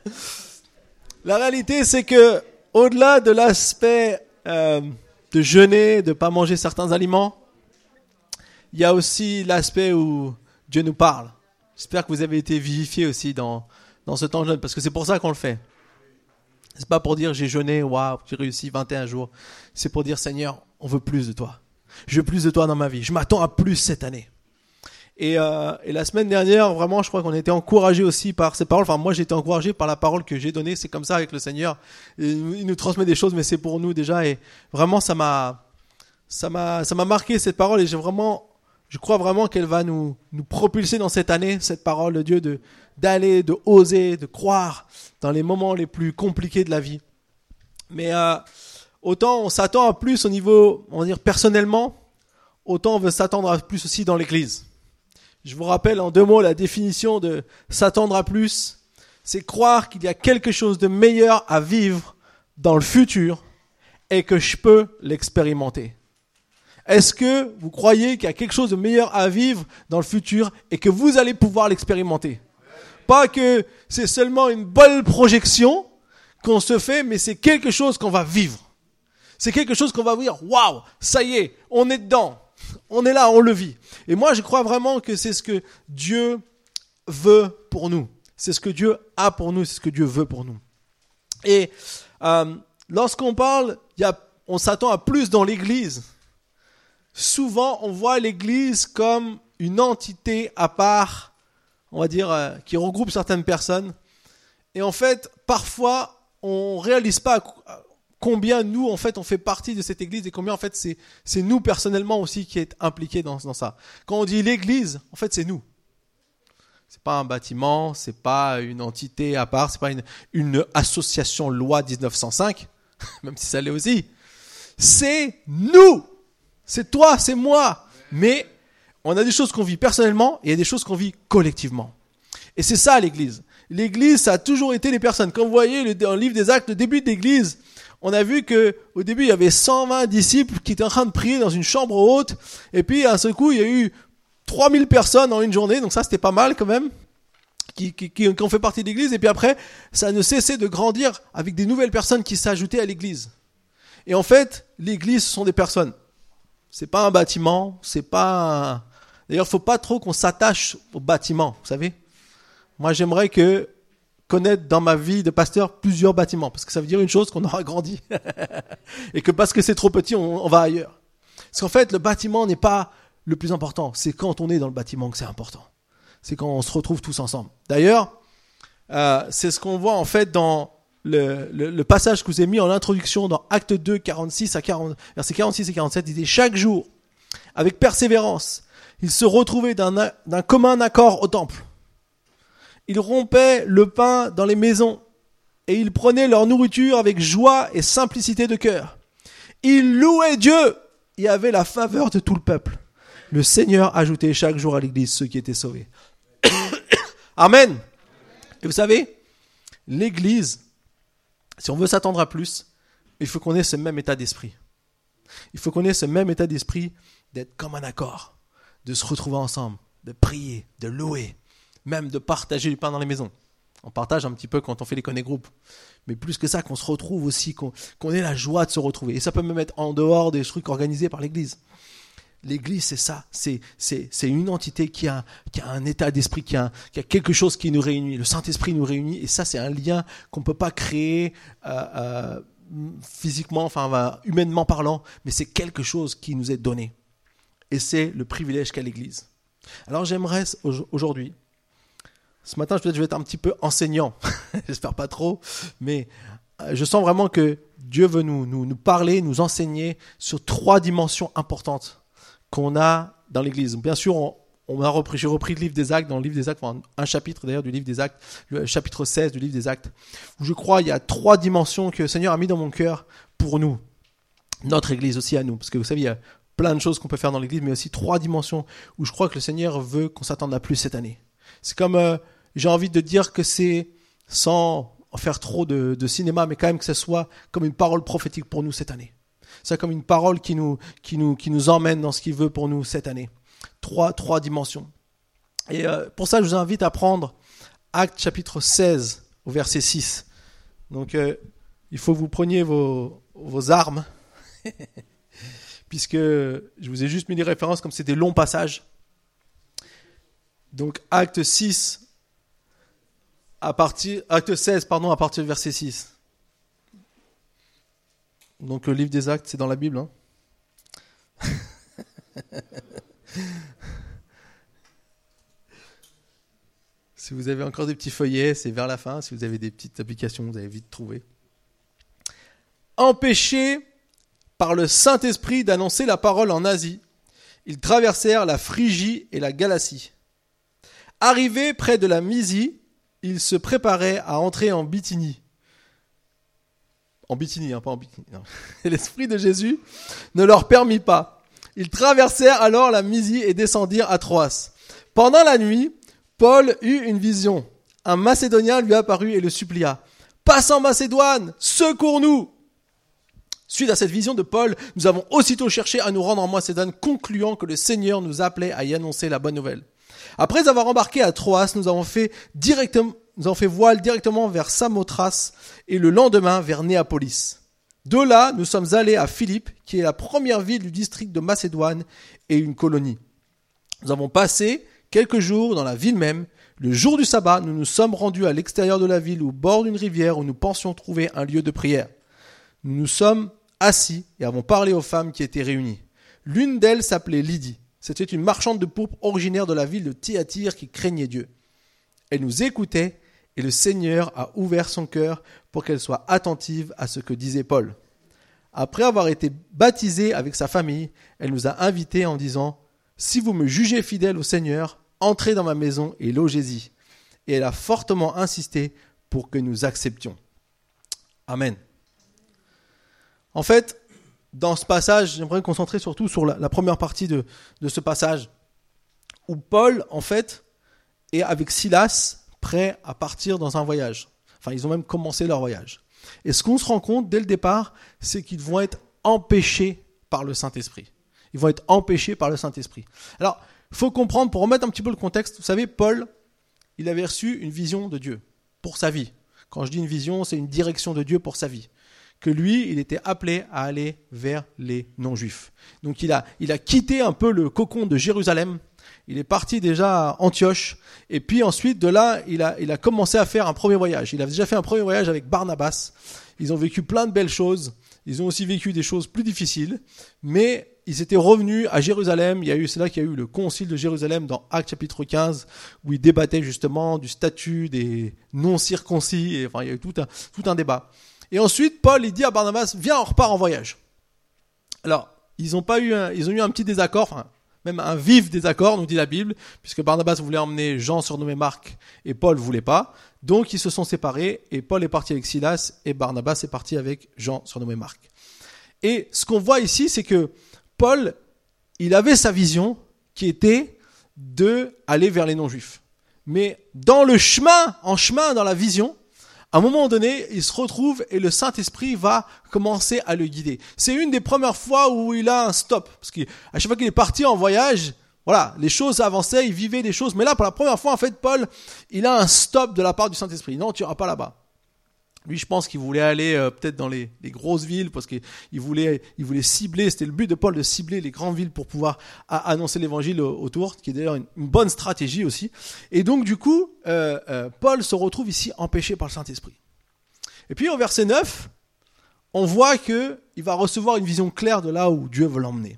La réalité, c'est que au-delà de l'aspect de jeûner, de pas manger certains aliments, il y a aussi l'aspect où Dieu nous parle. J'espère que vous avez été vivifiés aussi dans ce temps de jeûne, parce que c'est pour ça qu'on le fait. C'est pas pour dire j'ai jeûné, waouh, j'ai réussi 21 jours. C'est pour dire Seigneur, on veut plus de toi. Je veux plus de toi dans ma vie. Je m'attends à plus cette année. Et la semaine dernière, vraiment, je crois qu'on a été encouragés aussi par ces paroles. Enfin, moi, j'ai été encouragé par la parole que j'ai donnée. C'est comme ça avec le Seigneur. Et il nous transmet des choses, mais c'est pour nous déjà. Et vraiment, ça m'a marqué cette parole. Et je crois vraiment qu'elle va nous propulser dans cette année, cette parole de Dieu, d'aller, de oser, de croire dans les moments les plus compliqués de la vie. Mais autant on s'attend à plus au niveau, on va dire personnellement, autant on veut s'attendre à plus aussi dans l'Église. Je vous rappelle en 2 mots la définition de s'attendre à plus. C'est croire qu'il y a quelque chose de meilleur à vivre dans le futur et que je peux l'expérimenter. Est-ce que vous croyez qu'il y a quelque chose de meilleur à vivre dans le futur et que vous allez pouvoir l'expérimenter ? Pas que c'est seulement une bonne projection qu'on se fait, mais c'est quelque chose qu'on va vivre. C'est quelque chose qu'on va dire, waouh, ça y est, on est dedans. On est là, on le vit. Et moi, je crois vraiment que c'est ce que Dieu veut pour nous. C'est ce que Dieu a pour nous, c'est ce que Dieu veut pour nous. Et lorsqu'on parle, on s'attend à plus dans l'Église. Souvent, on voit l'Église comme une entité à part, on va dire, qui regroupe certaines personnes. Et en fait, parfois, on réalise pas combien nous, en fait, on fait partie de cette Église et combien, en fait, c'est nous personnellement aussi qui est impliqués dans ça. Quand on dit l'Église, en fait, c'est nous. C'est pas un bâtiment, c'est pas une entité à part, c'est pas une association loi 1905, même si ça l'est aussi. C'est nous. C'est toi, c'est moi. Mais on a des choses qu'on vit personnellement et il y a des choses qu'on vit collectivement. Et c'est ça l'Église. L'Église, ça a toujours été les personnes. Quand vous voyez dans le livre des Actes, le début de l'Église, on a vu que au début il y avait 120 disciples qui étaient en train de prier dans une chambre haute. Et puis à ce coup, il y a eu 3000 personnes en une journée. Donc ça, c'était pas mal quand même, qui ont fait partie de l'Église. Et puis après, ça ne cessait de grandir avec des nouvelles personnes qui s'ajoutaient à l'Église. Et en fait, l'Église, ce sont des personnes. C'est pas un bâtiment, D'ailleurs, faut pas trop qu'on s'attache au bâtiment, vous savez. Moi, j'aimerais connaître dans ma vie de pasteur plusieurs bâtiments, parce que ça veut dire une chose, qu'on aura grandi. Et que parce que c'est trop petit, on va ailleurs. Parce qu'en fait, le bâtiment n'est pas le plus important. C'est quand on est dans le bâtiment que c'est important. C'est quand on se retrouve tous ensemble. D'ailleurs, c'est ce qu'on voit en fait dans le passage que je vous ai mis en introduction dans Acte 2, versets 46 et 47, il dit « Chaque jour, avec persévérance, ils se retrouvaient d'un commun accord au temple. Ils rompaient le pain dans les maisons et ils prenaient leur nourriture avec joie et simplicité de cœur. Ils louaient Dieu et avaient la faveur de tout le peuple. Le Seigneur ajoutait chaque jour à l'Église ceux qui étaient sauvés. » Amen. Et vous savez, l'Église, si on veut s'attendre à plus, il faut qu'on ait ce même état d'esprit. Il faut qu'on ait ce même état d'esprit d'être comme un accord, de se retrouver ensemble, de prier, de louer, même de partager du pain dans les maisons. On partage un petit peu quand on fait les connect group. Mais plus que ça, qu'on se retrouve aussi, qu'on ait la joie de se retrouver. Et ça peut même être en dehors des trucs organisés par l'Église. L'Église, c'est ça. C'est une entité qui a un état d'esprit, qui a quelque chose qui nous réunit. Le Saint-Esprit nous réunit. Et ça, c'est un lien qu'on ne peut pas créer physiquement, humainement parlant. Mais c'est quelque chose qui nous est donné. Et c'est le privilège qu'a l'Église. Alors, j'aimerais aujourd'hui, ce matin, je vais être un petit peu enseignant. J'espère pas trop. Mais je sens vraiment que Dieu veut nous parler, nous enseigner sur 3 dimensions importantes qu'on a dans l'Église. Bien sûr, j'ai repris le livre des Actes, dans le livre des Actes, un chapitre d'ailleurs du livre des Actes, le chapitre 16 du livre des Actes, où je crois il y a 3 dimensions que le Seigneur a mis dans mon cœur pour nous, notre Église aussi à nous. Parce que vous savez, il y a plein de choses qu'on peut faire dans l'Église, mais aussi 3 dimensions où je crois que le Seigneur veut qu'on s'attende à plus cette année. C'est comme, j'ai envie de dire que c'est, sans faire trop de cinéma, mais quand même que ce soit comme une parole prophétique pour nous cette année. C'est comme une parole qui nous emmène dans ce qu'il veut pour nous cette année. 3 dimensions. Et pour ça, je vous invite à prendre Actes chapitre 16, au verset 6. Donc, il faut que vous preniez vos armes, puisque je vous ai juste mis des références comme c'est des longs passages. Donc, acte 16, à partir du verset 6. Donc, le livre des Actes, c'est dans la Bible. Si vous avez encore des petits feuillets, c'est vers la fin. Si vous avez des petites applications, vous allez vite trouver. Empêchés par le Saint-Esprit d'annoncer la parole en Asie, ils traversèrent la Phrygie et la Galatie. Arrivés près de la Mysie, ils se préparaient à entrer en Bithynie. En Bithynie, pas en Bithynie. Non. Et l'Esprit de Jésus ne leur permit pas. Ils traversèrent alors la Mysie et descendirent à Troas. Pendant la nuit, Paul eut une vision. Un Macédonien lui apparut et le supplia. « Passe en Macédoine, secours-nous » Suite à cette vision de Paul, nous avons aussitôt cherché à nous rendre en Macédoine, concluant que le Seigneur nous appelait à y annoncer la bonne nouvelle. Après avoir embarqué à Troas, nous avons fait voile directement vers Samothrace et le lendemain vers Néapolis. De là, nous sommes allés à Philippe, qui est la première ville du district de Macédoine et une colonie. Nous avons passé quelques jours dans la ville même. Le jour du sabbat, nous nous sommes rendus à l'extérieur de la ville, au bord d'une rivière où nous pensions trouver un lieu de prière. Nous nous sommes assis et avons parlé aux femmes qui étaient réunies. L'une d'elles s'appelait Lydie. C'était une marchande de pourpre originaire de la ville de Thyatire qui craignait Dieu. Elle nous écoutait et le Seigneur a ouvert son cœur pour qu'elle soit attentive à ce que disait Paul. Après avoir été baptisée avec sa famille, elle nous a invités en disant « Si vous me jugez fidèle au Seigneur, entrez dans ma maison et logez-y. » Et elle a fortement insisté pour que nous acceptions. Amen. En fait, dans ce passage, j'aimerais me concentrer surtout sur la première partie de ce passage, où Paul, en fait, est avec Silas prêt à partir dans un voyage. Enfin, ils ont même commencé leur voyage. Et ce qu'on se rend compte dès le départ, c'est qu'ils vont être empêchés par le Saint-Esprit. Ils vont être empêchés par le Saint-Esprit. Alors, il faut comprendre, pour remettre un petit peu le contexte, vous savez, Paul, il avait reçu une vision de Dieu pour sa vie. Quand je dis une vision, c'est une direction de Dieu pour sa vie. Que lui, il était appelé à aller vers les non-juifs. Donc il a quitté un peu le cocon de Jérusalem. Il est parti déjà à Antioche. Et puis ensuite, de là, il a commencé à faire un premier voyage. Il a déjà fait un premier voyage avec Barnabas. Ils ont vécu plein de belles choses. Ils ont aussi vécu des choses plus difficiles. Mais ils étaient revenus à Jérusalem. C'est là qu'il y a eu le concile de Jérusalem dans Actes chapitre 15, où ils débattaient justement du statut des non-circoncis. Et, enfin, il y a eu tout un débat. Et ensuite, Paul, il dit à Barnabas, viens, on repart en voyage. Alors, ils ont eu un petit désaccord, enfin, même un vif désaccord, nous dit la Bible, puisque Barnabas voulait emmener Jean surnommé Marc, et Paul voulait pas. Donc, ils se sont séparés, et Paul est parti avec Silas, et Barnabas est parti avec Jean surnommé Marc. Et ce qu'on voit ici, c'est que Paul, il avait sa vision, qui était de aller vers les non-juifs. Mais dans le chemin, dans la vision, à un moment donné, il se retrouve et le Saint-Esprit va commencer à le guider. C'est une des premières fois où il a un stop. Parce qu'à chaque fois qu'il est parti en voyage, voilà, les choses avançaient, il vivait des choses. Mais là, pour la première fois, en fait, Paul, il a un stop de la part du Saint-Esprit. Non, tu n'iras pas là-bas. Lui, je pense qu'il voulait aller peut-être dans les grosses villes parce qu'il voulait cibler, c'était le but de Paul de cibler les grandes villes pour pouvoir annoncer l'évangile autour, qui est d'ailleurs une bonne stratégie aussi. Et donc du coup, Paul se retrouve ici empêché par le Saint-Esprit. Et puis au verset 9, on voit qu'il va recevoir une vision claire de là où Dieu veut l'emmener.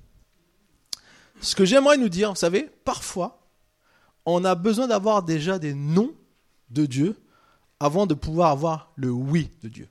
Ce que j'aimerais nous dire, vous savez, parfois, on a besoin d'avoir déjà des noms de Dieu avant de pouvoir avoir le oui de Dieu.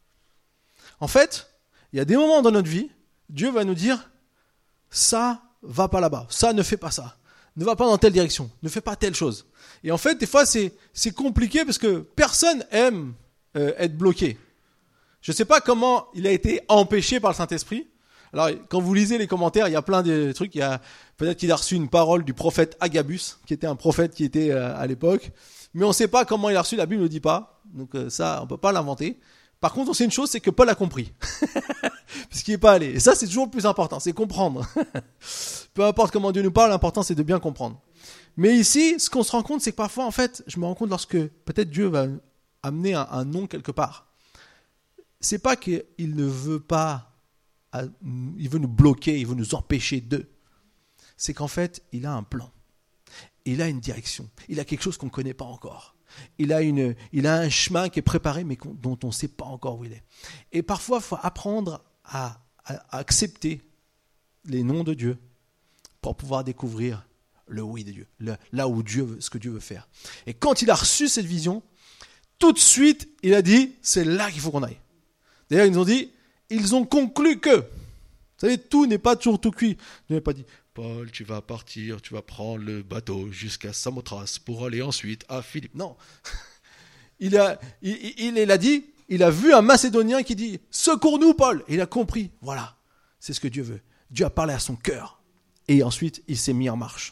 En fait, il y a des moments dans notre vie, Dieu va nous dire, ça va pas là-bas, ça ne fais pas ça, ne va pas dans telle direction, ne fais pas telle chose. Et en fait, des fois, c'est compliqué parce que personne aime être bloqué. Je ne sais pas comment il a été empêché par le Saint-Esprit. Alors, quand vous lisez les commentaires, il y a plein de trucs. Peut-être qu'il a reçu une parole du prophète Agabus, qui était un prophète qui était à l'époque. Mais on ne sait pas comment il a reçu, la Bible ne le dit pas. Donc ça, on ne peut pas l'inventer. Par contre, on sait une chose, c'est que Paul a compris. Puisqu'il n'est pas allé. Et ça, c'est toujours le plus important, c'est comprendre. Peu importe comment Dieu nous parle, l'important, c'est de bien comprendre. Mais ici, ce qu'on se rend compte, c'est que parfois, en fait, je me rends compte lorsque peut-être Dieu va amener un nom quelque part. C'est pas qu'il ne veut pas, il veut nous bloquer, il veut nous empêcher d'eux. C'est qu'en fait, il a un plan. Il a une direction. Il a quelque chose qu'on ne connaît pas encore. Il a un chemin qui est préparé, mais dont on ne sait pas encore où il est. Et parfois, il faut apprendre à accepter les noms de Dieu pour pouvoir découvrir le oui de Dieu, là où ce que Dieu veut faire. Et quand il a reçu cette vision, tout de suite, il a dit, c'est là qu'il faut qu'on aille. D'ailleurs, ils nous ont dit, ils ont conclu que, vous savez, tout n'est pas toujours tout cuit. Dieu n'a pas dit, Paul, tu vas partir, tu vas prendre le bateau jusqu'à Samothrace pour aller ensuite à Philippe. Non. Il a dit, il a vu un Macédonien qui dit, secours-nous, Paul. Et il a compris, voilà, c'est ce que Dieu veut. Dieu a parlé à son cœur. Et ensuite, il s'est mis en marche.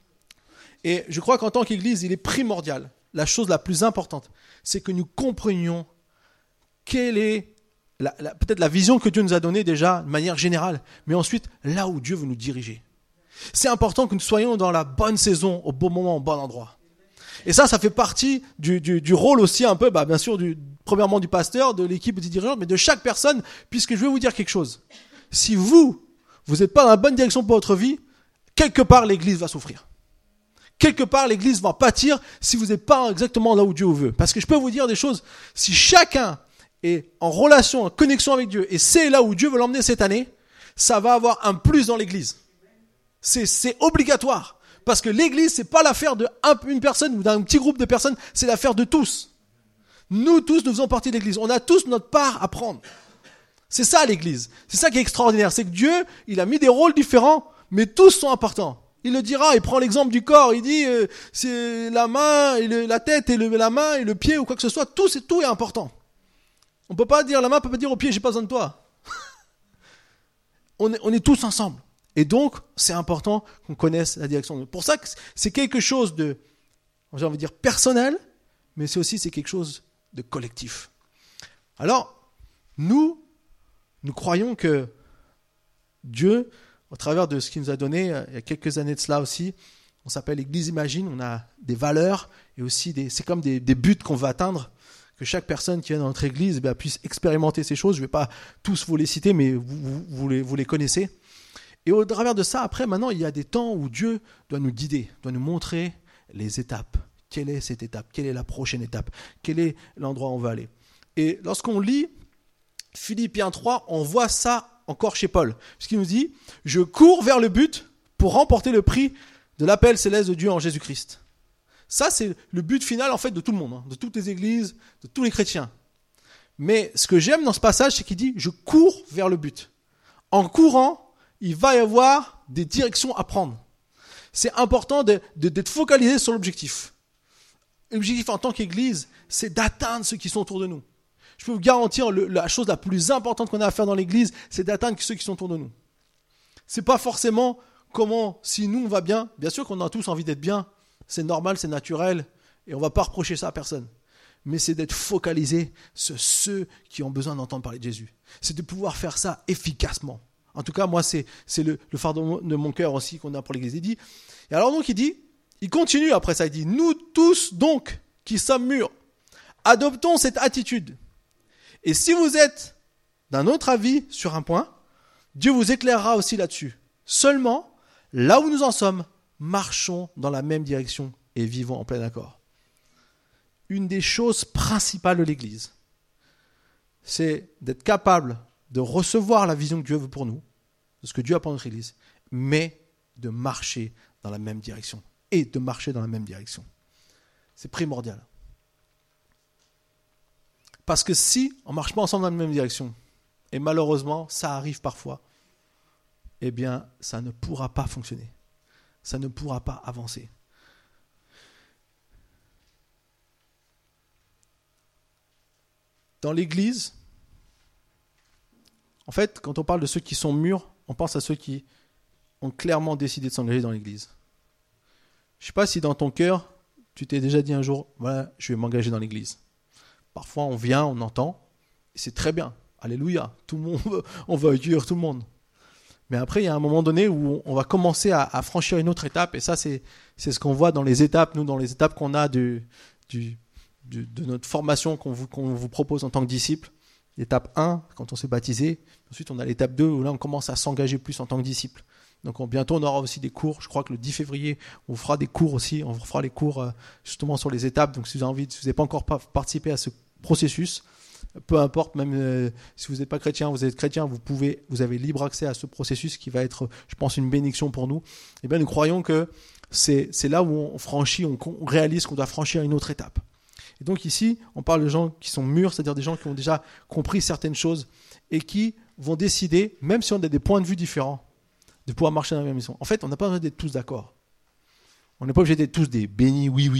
Et je crois qu'en tant qu'Église, il est primordial. La chose la plus importante, c'est que nous comprenions quelle est peut-être la vision que Dieu nous a donnée déjà de manière générale, mais ensuite là où Dieu veut nous diriger. C'est important que nous soyons dans la bonne saison, au bon moment, au bon endroit. Et ça fait partie du rôle aussi un peu, bien sûr, premièrement du pasteur, de l'équipe des dirigeants, mais de chaque personne, puisque je vais vous dire quelque chose. Si vous n'êtes pas dans la bonne direction pour votre vie, quelque part l'Église va souffrir. Quelque part, l'Église va pâtir si vous n'êtes pas exactement là où Dieu veut. Parce que je peux vous dire des choses, si chacun est en relation, en connexion avec Dieu, et c'est là où Dieu veut l'emmener cette année, ça va avoir un plus dans l'Église. C'est obligatoire. Parce que l'Église, c'est pas l'affaire d'une personne ou d'un petit groupe de personnes, c'est l'affaire de tous. Nous tous, nous faisons partie de l'Église. On a tous notre part à prendre. C'est ça l'Église. C'est ça qui est extraordinaire. C'est que Dieu, il a mis des rôles différents, mais tous sont importants. Il le dira, il prend l'exemple du corps, il dit c'est la main, et la tête et la main et le pied ou quoi que ce soit, tout est important. On peut pas dire, la main peut pas dire au pied, j'ai pas besoin de toi. on est tous ensemble. Et donc, c'est important qu'on connaisse la direction. Pour ça que c'est quelque chose de, j'ai envie de dire, personnel, mais c'est quelque chose de collectif. Alors, nous croyons que Dieu, au travers de ce qu'il nous a donné il y a quelques années de cela aussi, on s'appelle Église Imagine, on a des valeurs et aussi c'est comme des buts qu'on veut atteindre, que chaque personne qui vient dans notre Église puisse expérimenter ces choses. Je ne vais pas tous vous les citer, mais vous les connaissez. Et au travers de ça, après, maintenant, il y a des temps où Dieu doit nous guider, doit nous montrer les étapes. Quelle est cette étape? Quelle est la prochaine étape? Quel est l'endroit où on va aller? Et lorsqu'on lit Philippiens 3, on voit ça encore chez Paul. Puisqu'il nous dit, je cours vers le but pour remporter le prix de l'appel céleste de Dieu en Jésus-Christ. Ça, c'est le but final, en fait, de tout le monde, de toutes les églises, de tous les chrétiens. Mais ce que j'aime dans ce passage, c'est qu'il dit, je cours vers le but. En courant, il va y avoir des directions à prendre. C'est important d'être focalisé sur l'objectif. L'objectif en tant qu'église, c'est d'atteindre ceux qui sont autour de nous. Je peux vous garantir, la chose la plus importante qu'on a à faire dans l'église, c'est d'atteindre ceux qui sont autour de nous. C'est pas forcément comment, si nous on va bien, bien sûr qu'on a tous envie d'être bien, c'est normal, c'est naturel, et on va pas reprocher ça à personne. Mais c'est d'être focalisé sur ceux qui ont besoin d'entendre parler de Jésus. C'est de pouvoir faire ça efficacement. En tout cas, moi, c'est le fardeau de mon cœur aussi qu'on a pour l'église. Il dit, et alors donc il continue après ça, il dit, nous tous donc qui sommes mûrs, adoptons cette attitude. Et si vous êtes d'un autre avis sur un point, Dieu vous éclairera aussi là-dessus. Seulement, là où nous en sommes, marchons dans la même direction et vivons en plein accord. Une des choses principales de l'Église, c'est d'être capable de recevoir la vision que Dieu veut pour nous, de ce que Dieu a pour notre Église, mais de marcher dans la même direction. Et de marcher dans la même direction. C'est primordial. Parce que si on ne marche pas ensemble dans la même direction, et malheureusement, ça arrive parfois, eh bien, ça ne pourra pas fonctionner. Ça ne pourra pas avancer. Dans l'Église, en fait, quand on parle de ceux qui sont mûrs, on pense à ceux qui ont clairement décidé de s'engager dans l'Église. Je ne sais pas si dans ton cœur, tu t'es déjà dit un jour, voilà, je vais m'engager dans l'Église. Parfois, on vient, on entend, et c'est très bien. Alléluia, tout le monde, on va accueillir tout le monde. Mais après, il y a un moment donné où on va commencer à franchir une autre étape, et ça, c'est ce qu'on voit dans les étapes, nous, dans les étapes qu'on a du de notre formation qu'on vous propose en tant que disciple. L'étape 1, quand on s'est baptisé. Ensuite, on a l'étape 2, où là, on commence à s'engager plus en tant que disciple. Donc bientôt, on aura aussi des cours. Je crois que le 10 février, on fera des cours aussi. On fera les cours justement sur les étapes. Donc si vous n'avez pas encore participé à ce processus, peu importe, même si vous n'êtes pas chrétien, vous êtes chrétien, vous avez libre accès à ce processus qui va être, je pense, une bénédiction pour nous. Et bien, nous croyons que c'est là où on franchit, on réalise qu'on doit franchir une autre étape. Et donc ici, on parle de gens qui sont mûrs, c'est-à-dire des gens qui ont déjà compris certaines choses et qui vont décider, même si on a des points de vue différents, de pouvoir marcher dans la même mission. En fait, on n'a pas besoin d'être tous d'accord. On n'est pas obligé d'être tous des bénis, oui.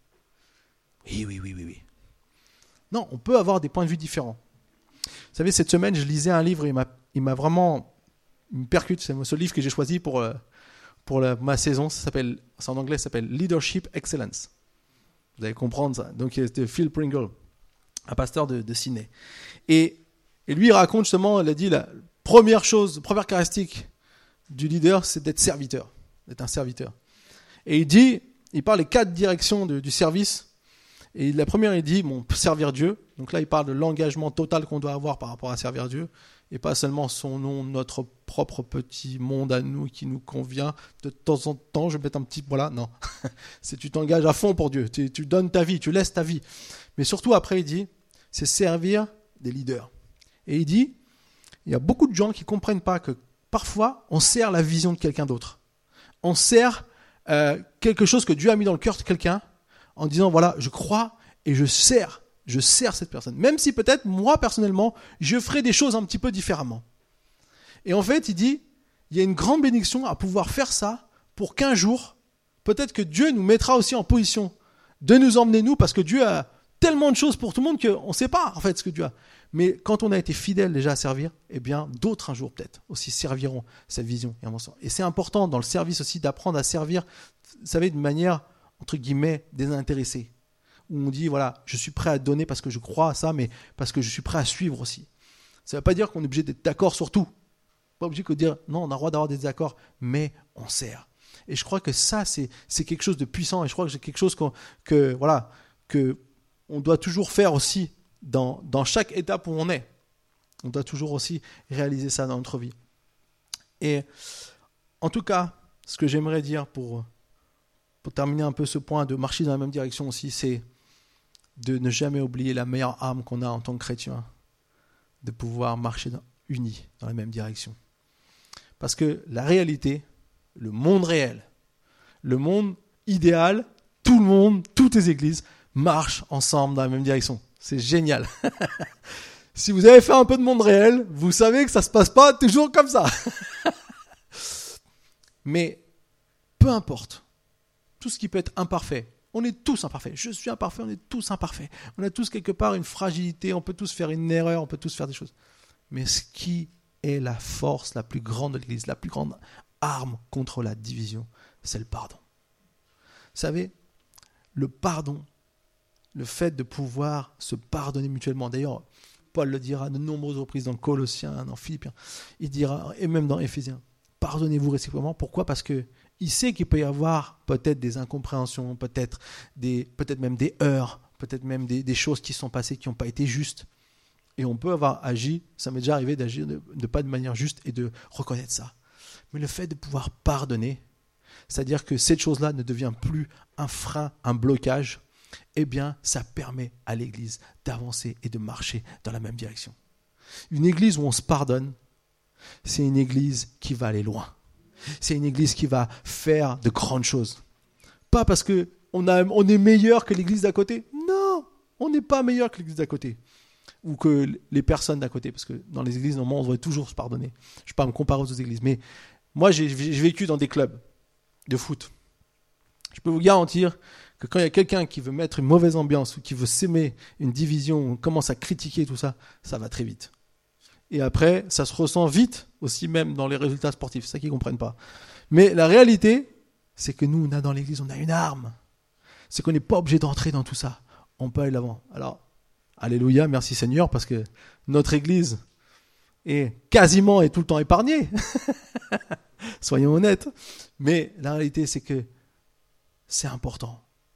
Oui. Non, on peut avoir des points de vue différents. Vous savez, cette semaine, je lisais un livre et il m'a vraiment percuté. C'est ce livre que j'ai choisi pour ma saison. C'est en anglais, ça s'appelle Leadership Excellence. Vous allez comprendre ça. Donc, c'est Phil Pringle, un pasteur de Sydney. Et lui, il raconte justement, il a dit la première caractéristique du leader, c'est d'être serviteur, d'être un serviteur. Et il parle des 4 directions du service. Et la première, il dit, servir Dieu. Donc là, il parle de l'engagement total qu'on doit avoir par rapport à servir Dieu. Et pas seulement son nom, notre propre petit monde à nous qui nous convient. De temps en temps, je vais mettre un petit... Voilà, non. C'est tu t'engages à fond pour Dieu. Tu donnes ta vie, tu laisses ta vie. Mais surtout, après, il dit, c'est servir des leaders. Et il dit, il y a beaucoup de gens qui ne comprennent pas que parfois, on sert la vision de quelqu'un d'autre. On sert quelque chose que Dieu a mis dans le cœur de quelqu'un en disant, voilà, je crois et je sers cette personne. Même si peut-être, moi, personnellement, je ferai des choses un petit peu différemment. Et en fait, il dit, il y a une grande bénédiction à pouvoir faire ça pour qu'un jour, peut-être que Dieu nous mettra aussi en position de nous emmener, nous, parce que Dieu a tellement de choses pour tout le monde qu'on ne sait pas, en fait, ce que Dieu a. Mais quand on a été fidèle déjà à servir, eh bien, d'autres un jour, peut-être, aussi serviront cette vision. Et c'est important, dans le service aussi, d'apprendre à servir, vous savez, de manière, entre guillemets, désintéressée. Où on dit, voilà, je suis prêt à donner parce que je crois à ça, mais parce que je suis prêt à suivre aussi. Ça ne veut pas dire qu'on est obligé d'être d'accord sur tout. Pas obligé de dire, non, on a le droit d'avoir des désaccords, mais on sert. Et je crois que ça, c'est quelque chose de puissant, et je crois que c'est quelque chose que on doit toujours faire aussi dans chaque étape où on est. On doit toujours aussi réaliser ça dans notre vie. Et en tout cas, ce que j'aimerais dire pour terminer un peu ce point de marcher dans la même direction aussi, c'est de ne jamais oublier la meilleure arme qu'on a en tant que chrétien, de pouvoir marcher unis dans la même direction. Parce que la réalité, le monde réel, le monde idéal, tout le monde, toutes les églises marchent ensemble dans la même direction. C'est génial. Si vous avez fait un peu de monde réel, vous savez que ça ne se passe pas toujours comme ça. Mais peu importe, tout ce qui peut être imparfait, on est tous imparfaits. Je suis imparfait, on est tous imparfaits. On a tous quelque part une fragilité, on peut tous faire une erreur, on peut tous faire des choses. Mais ce qui est la force la plus grande de l'Église, la plus grande arme contre la division, c'est le pardon. Vous savez, le pardon, le fait de pouvoir se pardonner mutuellement. D'ailleurs, Paul le dira de nombreuses reprises dans Colossiens, dans Philippiens, il dira, et même dans Éphésiens, pardonnez-vous réciproquement. Pourquoi ? Parce que il sait qu'il peut y avoir peut-être des incompréhensions, peut-être même des heurts, peut-être même des choses qui sont passées qui n'ont pas été justes. Et on peut avoir agi, ça m'est déjà arrivé d'agir de pas de manière juste et de reconnaître ça. Mais le fait de pouvoir pardonner, c'est-à-dire que cette chose-là ne devient plus un frein, un blocage, eh bien, ça permet à l'Église d'avancer et de marcher dans la même direction. Une Église où on se pardonne, c'est une Église qui va aller loin. C'est une Église qui va faire de grandes choses. Pas parce qu'on est meilleur que l'Église d'à côté. Non, on n'est pas meilleur que l'Église d'à côté. Ou que les personnes d'à côté. Parce que dans les églises, normalement, on devrait toujours se pardonner. Je ne vais pas me comparer aux autres églises. Mais moi, j'ai vécu dans des clubs de foot. Je peux vous garantir que quand il y a quelqu'un qui veut mettre une mauvaise ambiance ou qui veut s'aimer une division, on commence à critiquer tout ça, ça va très vite. Et après, ça se ressent vite aussi même dans les résultats sportifs. C'est ça qu'ils ne comprennent pas. Mais la réalité, c'est que nous, dans l'église, on a une arme. C'est qu'on n'est pas obligé d'entrer dans tout ça. On peut aller de l'avant. Alors, alléluia, merci Seigneur, parce que notre église est quasiment et tout le temps épargnée. Soyons honnêtes. Mais la réalité, c'est que c'est important.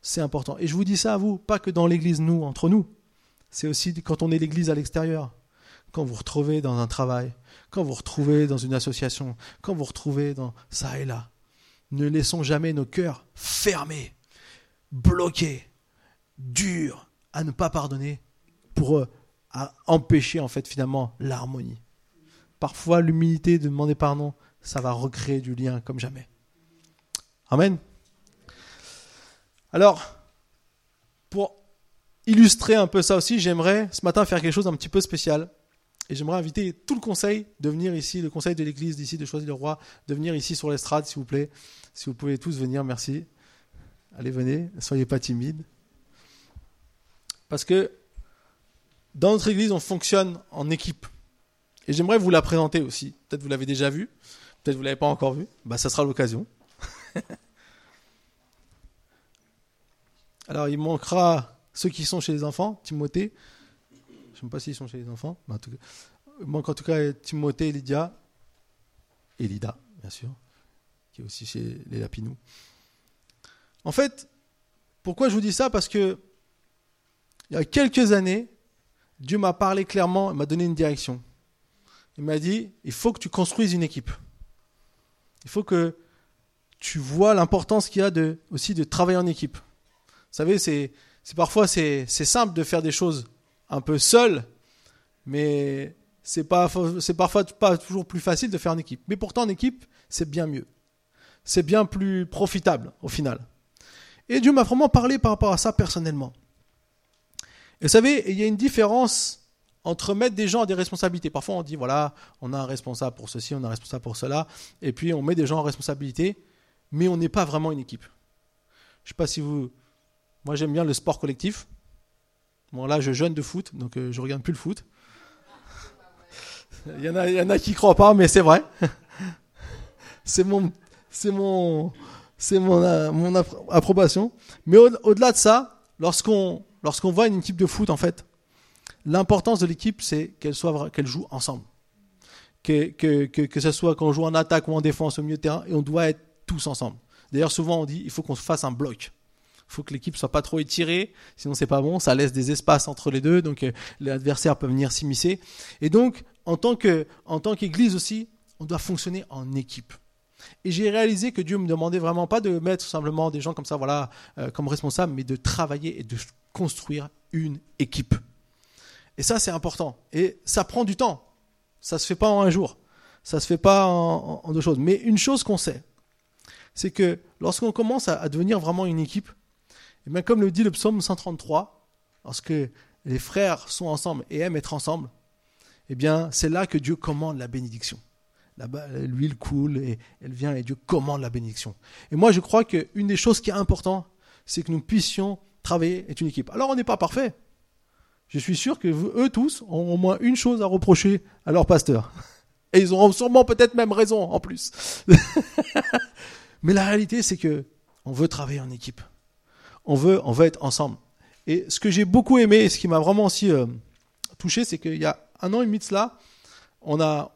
c'est important. Et je vous dis ça à vous, pas que dans l'église, nous, entre nous. C'est aussi quand on est l'église à l'extérieur. Quand vous vous retrouvez dans un travail, quand vous vous retrouvez dans une association, quand vous vous retrouvez dans ça et là. Ne laissons jamais nos cœurs fermés, bloqués, durs, à ne pas pardonner pour à empêcher en fait finalement l'harmonie. Parfois l'humilité de demander pardon, ça va recréer du lien comme jamais. Amen. Alors, pour illustrer un peu ça aussi, j'aimerais ce matin faire quelque chose d'un petit peu spécial. Et j'aimerais inviter tout le conseil de venir ici, le conseil de l'église d'ici, de Choisy-le-Roi, de venir ici sur l'estrade, s'il vous plaît. Si vous pouvez tous venir, merci. Allez, venez, ne soyez pas timides. Parce que dans notre église, on fonctionne en équipe. Et j'aimerais vous la présenter aussi. Peut-être vous l'avez déjà vue, peut-être vous ne l'avez pas encore vue. Ça sera l'occasion. Alors, il manquera ceux qui sont chez les enfants, Timothée. Je ne sais pas s'ils sont chez les enfants. Mais en tout cas, il manque en tout cas Timothée et Lydia. Et Lida, bien sûr, qui est aussi chez les Lapinou. En fait, pourquoi je vous dis ça ? Parce que il y a quelques années, Dieu m'a parlé clairement, il m'a donné une direction. Il m'a dit, il faut que tu construises une équipe. Il faut que tu vois l'importance qu'il y a aussi de travailler en équipe. Vous savez, parfois c'est simple de faire des choses un peu seul, mais c'est parfois pas toujours plus facile de faire en équipe. Mais pourtant en équipe, c'est bien mieux. C'est bien plus profitable au final. Et Dieu m'a vraiment parlé par rapport à ça personnellement. Et vous savez, il y a une différence entre mettre des gens à des responsabilités. Parfois on dit, voilà, on a un responsable pour ceci, on a un responsable pour cela, et puis on met des gens en responsabilité, mais on n'est pas vraiment une équipe. Je ne sais pas si vous... Moi j'aime bien le sport collectif. Bon là je jeûne de foot, donc je regarde plus le foot. Il y en a qui croient pas, mais c'est vrai. c'est mon approbation. Mais au-delà de ça, lorsqu'on voit une équipe de foot, en fait, l'importance de l'équipe, c'est qu'elle joue ensemble. Que ce soit quand on joue en attaque ou en défense au milieu de terrain, et on doit être tous ensemble. D'ailleurs, souvent on dit il faut qu'on fasse un bloc. Il faut que l'équipe soit pas trop étirée, sinon c'est pas bon, ça laisse des espaces entre les deux, donc les adversaires peuvent venir s'immiscer. Et donc, en tant qu'église aussi, on doit fonctionner en équipe. Et j'ai réalisé que Dieu me demandait vraiment pas de mettre simplement des gens comme ça, voilà, comme responsables, mais de travailler et de construire une équipe. Et ça, c'est important. Et ça prend du temps. Ça se fait pas en un jour. Ça se fait pas en deux choses. Mais une chose qu'on sait, c'est que lorsqu'on commence à devenir vraiment une équipe, et bien comme le dit le psaume 133, lorsque les frères sont ensemble et aiment être ensemble, eh bien c'est là que Dieu commande la bénédiction. Là-bas, l'huile coule et elle vient et Dieu commande la bénédiction. Et moi je crois qu'une des choses qui est importante, c'est que nous puissions travailler être une équipe. Alors on n'est pas parfait. Je suis sûr que eux tous ont au moins une chose à reprocher à leur pasteur. Et ils auront sûrement peut-être même raison en plus. Mais la réalité, c'est que on veut travailler en équipe. On veut être ensemble. Et ce que j'ai beaucoup aimé, et ce qui m'a vraiment aussi touché, c'est qu'il y a 1 an et demi de cela, on a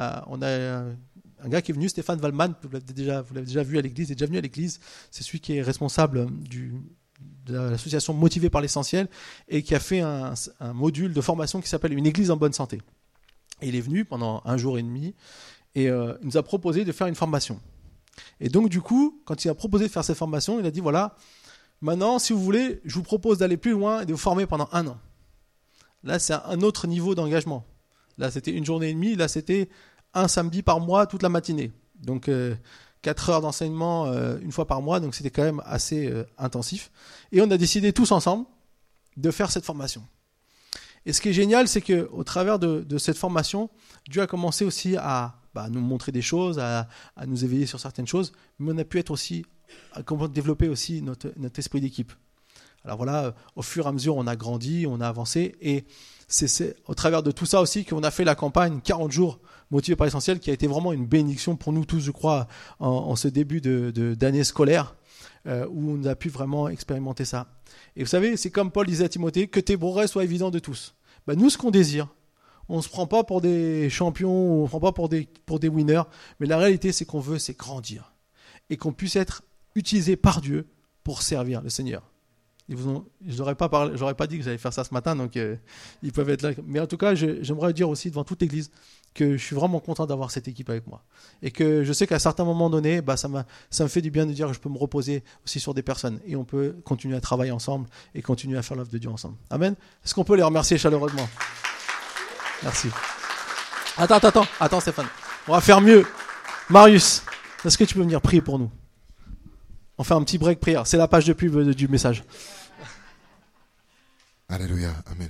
un gars qui est venu, Stéphane Wallman, vous l'avez déjà vu à l'église, il est déjà venu à l'église. C'est celui qui est responsable de l'association Motivée par l'essentiel et qui a fait un module de formation qui s'appelle Une église en bonne santé. Et il est venu pendant 1 jour et demi et il nous a proposé de faire une formation. Et donc du coup, quand il a proposé de faire cette formation, il a dit voilà, maintenant si vous voulez, je vous propose d'aller plus loin et de vous former pendant 1 an. Là c'est un autre niveau d'engagement. Là c'était 1 journée et demie, là c'était un samedi par mois toute la matinée. Donc 4 heures d'enseignement 1 fois par mois, donc c'était quand même assez intensif. Et on a décidé tous ensemble de faire cette formation. Et ce qui est génial, c'est qu'au travers de cette formation, Dieu a commencé aussi à nous montrer des choses, à nous éveiller sur certaines choses, mais on a pu être aussi, à développer aussi notre esprit d'équipe. Alors voilà, au fur et à mesure, on a grandi, on a avancé, et c'est au travers de tout ça aussi qu'on a fait la campagne 40 jours motivés par l'essentiel, qui a été vraiment une bénédiction pour nous tous, je crois, en ce début d'année scolaire, où on a pu vraiment expérimenter ça. Et vous savez, c'est comme Paul disait à Timothée, que tes progrès soient évidents de tous. Nous, ce qu'on désire, on ne se prend pas pour des champions, on ne se prend pas pour des winners, mais la réalité, c'est qu'on veut, c'est grandir. Et qu'on puisse être utilisé par Dieu pour servir le Seigneur. Je n'aurais pas parlé, j'aurais pas dit que j'allais faire ça ce matin, donc ils peuvent être là. Mais en tout cas, j'aimerais dire aussi devant toute l'Église que je suis vraiment content d'avoir cette équipe avec moi. Et que je sais qu'à certains moments donnés, ça me fait du bien de dire que je peux me reposer aussi sur des personnes. Et on peut continuer à travailler ensemble et continuer à faire l'œuvre de Dieu ensemble. Amen. Est-ce qu'on peut les remercier chaleureusement? Merci. Attends Stéphane. On va faire mieux. Marius, est-ce que tu peux venir prier pour nous? On fait un petit break prière. C'est la page de pub du message. Alléluia. Amen.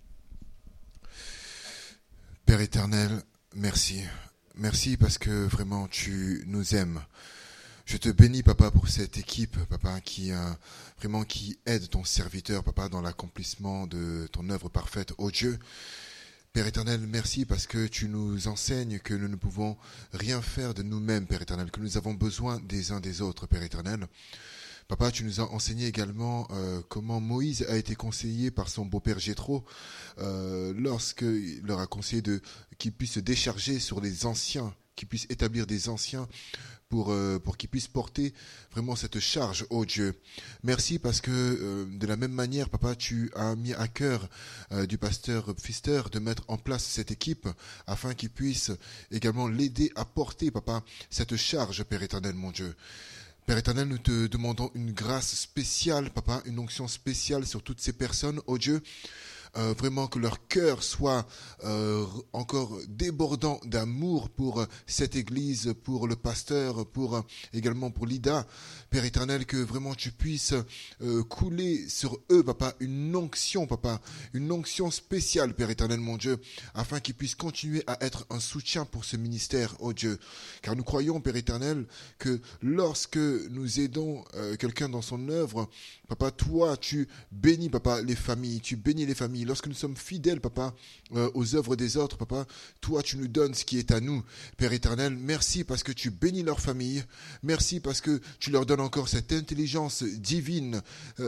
Père éternel, merci. Merci parce que vraiment tu nous aimes. Je te bénis, Papa, pour cette équipe, Papa, qui aide ton serviteur, Papa, dans l'accomplissement de ton œuvre parfaite, ô Dieu. Père éternel, merci parce que tu nous enseignes que nous ne pouvons rien faire de nous-mêmes, Père éternel, que nous avons besoin des uns des autres, Père éternel. Papa, tu nous as enseigné également comment Moïse a été conseillé par son beau-père Jéthro lorsqu'il leur a conseillé qu'ils puissent se décharger sur les anciens, qu'ils puissent établir des anciens pour qu'ils puissent porter vraiment cette charge, ô Dieu. Merci parce que de la même manière, Papa, tu as mis à cœur du pasteur Pfister de mettre en place cette équipe afin qu'il puisse également l'aider à porter, Papa, cette charge, Père éternel, mon Dieu. Père éternel, nous te demandons une grâce spéciale, Papa, une onction spéciale sur toutes ces personnes, ô Dieu. Vraiment que leur cœur soit encore débordant d'amour pour cette église, pour le pasteur, également pour Lida. Père éternel, que vraiment tu puisses couler sur eux, Papa, une onction, Papa, une onction spéciale, Père éternel, mon Dieu, afin qu'ils puissent continuer à être un soutien pour ce ministère, oh Dieu. Car nous croyons, Père éternel, que lorsque nous aidons quelqu'un dans son œuvre, Papa, toi, tu bénis, Papa, les familles, tu bénis les familles. Lorsque nous sommes fidèles, Papa, aux œuvres des autres, Papa, toi, tu nous donnes ce qui est à nous. Père éternel, merci parce que tu bénis leur famille. Merci parce que tu leur donnes encore cette intelligence divine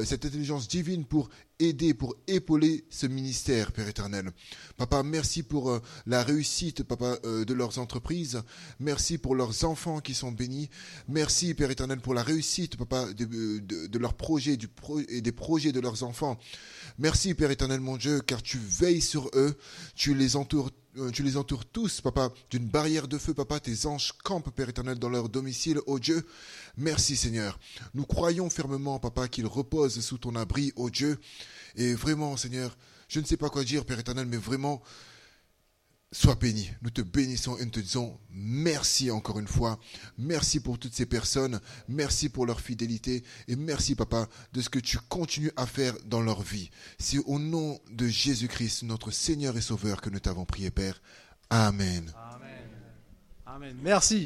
pour aider, pour épauler ce ministère, Père éternel. Papa, merci pour la réussite, Papa, de leurs entreprises. Merci pour leurs enfants qui sont bénis. Merci, Père éternel, pour la réussite, Papa, de leurs projets et des projets de leurs enfants. Merci, Père éternel, mon Dieu, car tu veilles sur eux, tu les entoures tous, Papa, d'une barrière de feu, Papa. Tes anges campent, Père éternel, dans leur domicile, ô Dieu. Merci, Seigneur. Nous croyons fermement, Papa, qu'ils reposent sous ton abri, ô Dieu. Et vraiment, Seigneur, je ne sais pas quoi dire, Père éternel, mais vraiment, sois béni. Nous te bénissons et nous te disons merci encore une fois. Merci pour toutes ces personnes. Merci pour leur fidélité. Et merci, Papa, de ce que tu continues à faire dans leur vie. C'est au nom de Jésus-Christ, notre Seigneur et Sauveur, que nous t'avons prié, Père. Amen. Amen. Amen. Merci.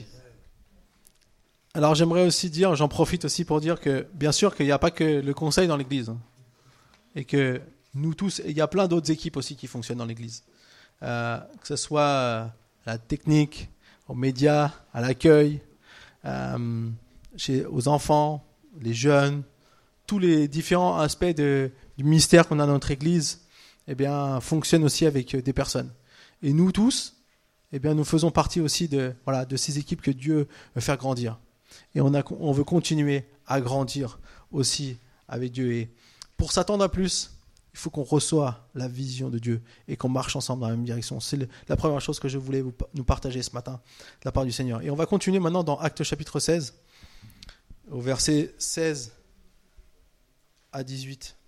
Alors j'aimerais aussi dire, j'en profite aussi pour dire que bien sûr qu'il n'y a pas que le conseil dans l'église. Et que nous tous, il y a plein d'autres équipes aussi qui fonctionnent dans l'église. Que ce soit la technique, aux médias, à l'accueil, aux enfants, les jeunes, tous les différents aspects du ministère qu'on a dans notre église, eh bien, fonctionnent aussi avec des personnes. Et nous tous, eh bien, nous faisons partie aussi de ces équipes que Dieu veut faire grandir. Et on veut continuer à grandir aussi avec Dieu. Et pour s'attendre à plus, il faut qu'on reçoive la vision de Dieu et qu'on marche ensemble dans la même direction. C'est la première chose que je voulais nous partager ce matin de la part du Seigneur. Et on va continuer maintenant dans Actes chapitre 16, au verset 16 à 18.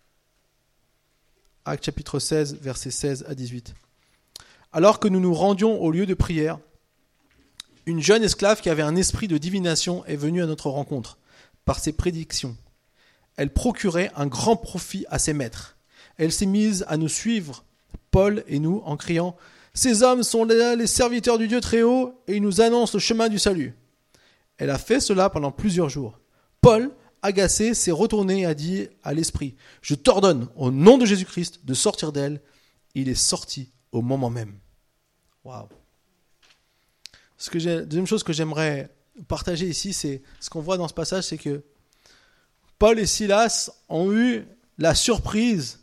Actes chapitre 16, versets 16 à 18. Alors que nous nous rendions au lieu de prière, une jeune esclave qui avait un esprit de divination est venue à notre rencontre par ses prédictions. Elle procurait un grand profit à ses maîtres. Elle s'est mise à nous suivre, Paul et nous, en criant « Ces hommes sont les serviteurs du Dieu très haut et ils nous annoncent le chemin du salut. » Elle a fait cela pendant plusieurs jours. Paul, agacé, s'est retourné et a dit à l'esprit « Je t'ordonne, au nom de Jésus-Christ, de sortir d'elle. » Il est sorti au moment même. Waouh. Deuxième chose que j'aimerais partager ici, c'est ce qu'on voit dans ce passage, c'est que Paul et Silas ont eu la surprise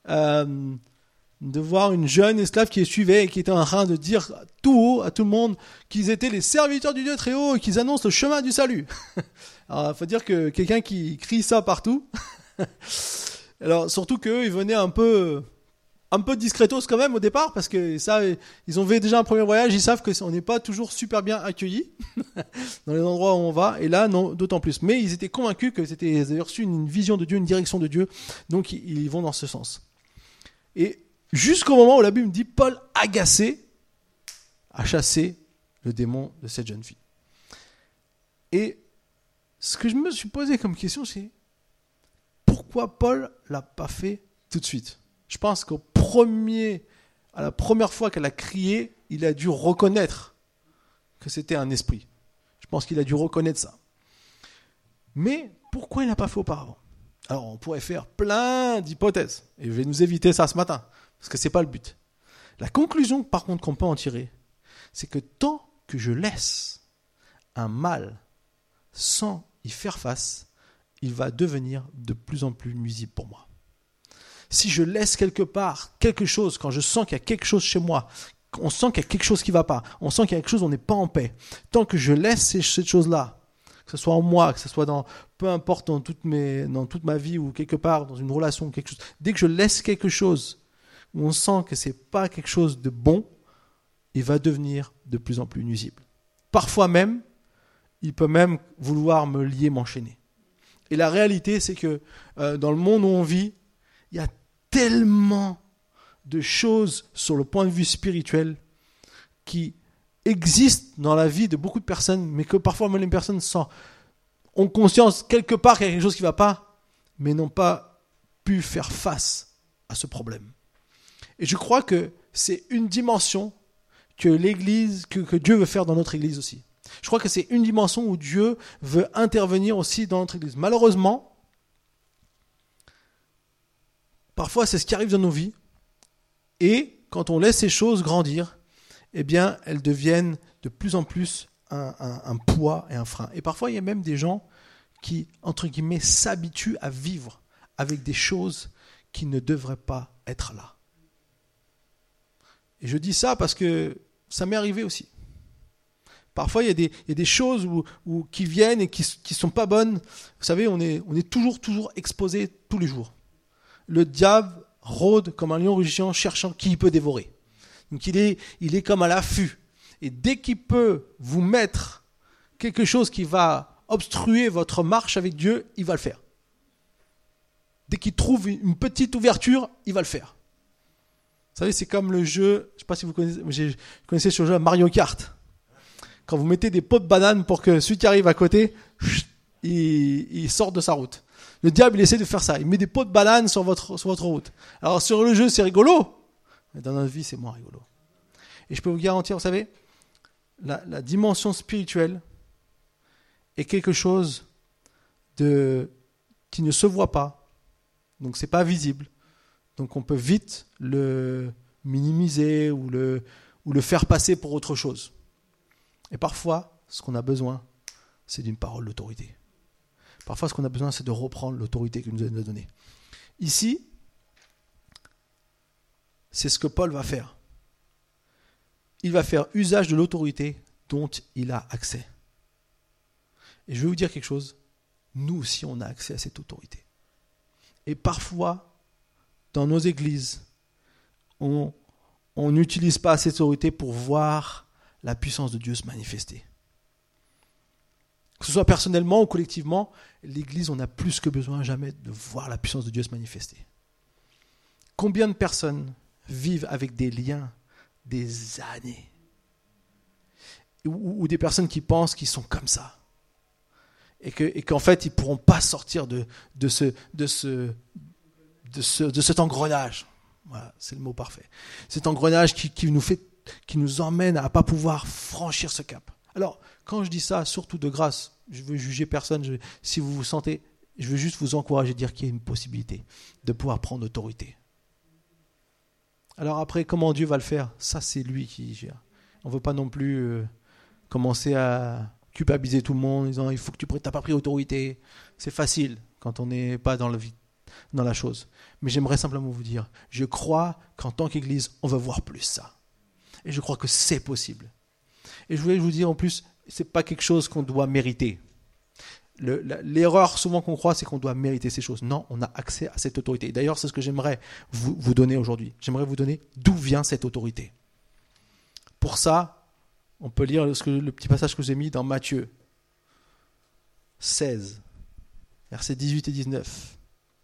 de voir une jeune esclave qui les suivait et qui était en train de dire tout haut à tout le monde qu'ils étaient les serviteurs du Dieu très haut et qu'ils annoncent le chemin du salut. Alors, il faut dire que quelqu'un qui crie ça partout, Alors, surtout qu'eux, ils venaient un peu discretos quand même au départ, parce que ça, ils ont fait déjà un premier voyage, ils savent qu'on n'est pas toujours super bien accueillis dans les endroits où on va, et là, non, d'autant plus. Mais ils étaient convaincus qu'ils avaient reçu une vision de Dieu, une direction de Dieu, donc ils vont dans ce sens. Et jusqu'au moment où la Bible dit, Paul, agacé, a chassé le démon de cette jeune fille. Et ce que je me suis posé comme question, c'est pourquoi Paul l'a pas fait tout de suite? Je pense à la première fois qu'elle a crié, il a dû reconnaître que c'était un esprit. Je pense qu'il a dû reconnaître ça. Mais pourquoi il n'a pas fait auparavant? Alors on pourrait faire plein d'hypothèses, et je vais nous éviter ça ce matin, parce que c'est pas le but. La conclusion, par contre, qu'on peut en tirer, c'est que tant que je laisse un mal sans y faire face, il va devenir de plus en plus nuisible pour moi. Si je laisse quelque part quelque chose, quand je sens qu'il y a quelque chose chez moi, on sent qu'il y a quelque chose qui ne va pas, on sent qu'il y a quelque chose où on n'est pas en paix, tant que je laisse cette chose-là, que ce soit en moi, que ce soit peu importe dans toute ma vie ou quelque part dans une relation, quelque chose, dès que je laisse quelque chose où on sent que ce n'est pas quelque chose de bon, il va devenir de plus en plus nuisible. Parfois même, il peut même vouloir me lier, m'enchaîner. Et la réalité, c'est que dans le monde où on vit, il y a tellement de choses sur le point de vue spirituel qui existent dans la vie de beaucoup de personnes, mais que parfois même les personnes ont conscience quelque part qu'il y a quelque chose qui ne va pas, mais n'ont pas pu faire face à ce problème. Et je crois que c'est une dimension que l'Église, que Dieu veut faire dans notre Église aussi. Je crois que c'est une dimension où Dieu veut intervenir aussi dans notre Église. Malheureusement, parfois c'est ce qui arrive dans nos vies, et quand on laisse ces choses grandir, eh bien elles deviennent de plus en plus un poids et un frein. Et parfois il y a même des gens qui, entre guillemets, s'habituent à vivre avec des choses qui ne devraient pas être là. Et je dis ça parce que ça m'est arrivé aussi. Parfois, il y a des choses qui viennent et qui ne sont pas bonnes. Vous savez, on est toujours exposé tous les jours. Le diable rôde comme un lion rugissant, cherchant qui il peut dévorer. Donc il est comme à l'affût. Et dès qu'il peut vous mettre quelque chose qui va obstruer votre marche avec Dieu, il va le faire. Dès qu'il trouve une petite ouverture, il va le faire. Vous savez, c'est comme le jeu, je ne sais pas si vous connaissez ce jeu Mario Kart. Quand vous mettez des pots de banane pour que celui qui arrive à côté, il sorte de sa route. Le diable, il essaie de faire ça. Il met des pots de banane sur votre route. Alors sur le jeu, c'est rigolo. Mais dans notre vie, c'est moins rigolo. Et je peux vous garantir, vous savez, la dimension spirituelle est quelque chose qui ne se voit pas. Donc c'est pas visible. Donc on peut vite le minimiser ou le faire passer pour autre chose. Et parfois, ce qu'on a besoin, c'est d'une parole d'autorité. Parfois, ce qu'on a besoin, c'est de reprendre l'autorité que nous a donnée. Ici, c'est ce que Paul va faire. Il va faire usage de l'autorité dont il a accès. Et je vais vous dire quelque chose. Nous aussi, on a accès à cette autorité. Et parfois, dans nos églises, on n'utilise pas cette autorité pour voir la puissance de Dieu se manifester. Que ce soit personnellement ou collectivement, l'Église, on a plus que besoin jamais de voir la puissance de Dieu se manifester. Combien de personnes vivent avec des liens des années ou des personnes qui pensent qu'ils sont comme ça et qu'en fait, ils ne pourront pas sortir de cet engrenage. Voilà, c'est le mot parfait. Cet engrenage qui nous emmène à ne pas pouvoir franchir ce cap. Alors, quand je dis ça, surtout de grâce, je ne veux juger personne, si vous vous sentez, je veux juste vous encourager à dire qu'il y a une possibilité de pouvoir prendre autorité. Alors après, comment Dieu va le faire? Ça, c'est lui qui gère. On ne veut pas non plus commencer à culpabiliser tout le monde en disant « il faut que tu n'as pas pris autorité ». C'est facile quand on n'est pas dans la chose. Mais j'aimerais simplement vous dire, je crois qu'en tant qu'Église, on va voir plus ça. Et je crois que c'est possible. Et je voulais vous dire en plus, ce n'est pas quelque chose qu'on doit mériter. l'erreur souvent qu'on croit, c'est qu'on doit mériter ces choses. Non, on a accès à cette autorité. D'ailleurs, c'est ce que j'aimerais vous donner aujourd'hui. J'aimerais vous donner d'où vient cette autorité. Pour ça, on peut lire le petit passage que j'ai mis dans Matthieu 16, versets 18 et 19.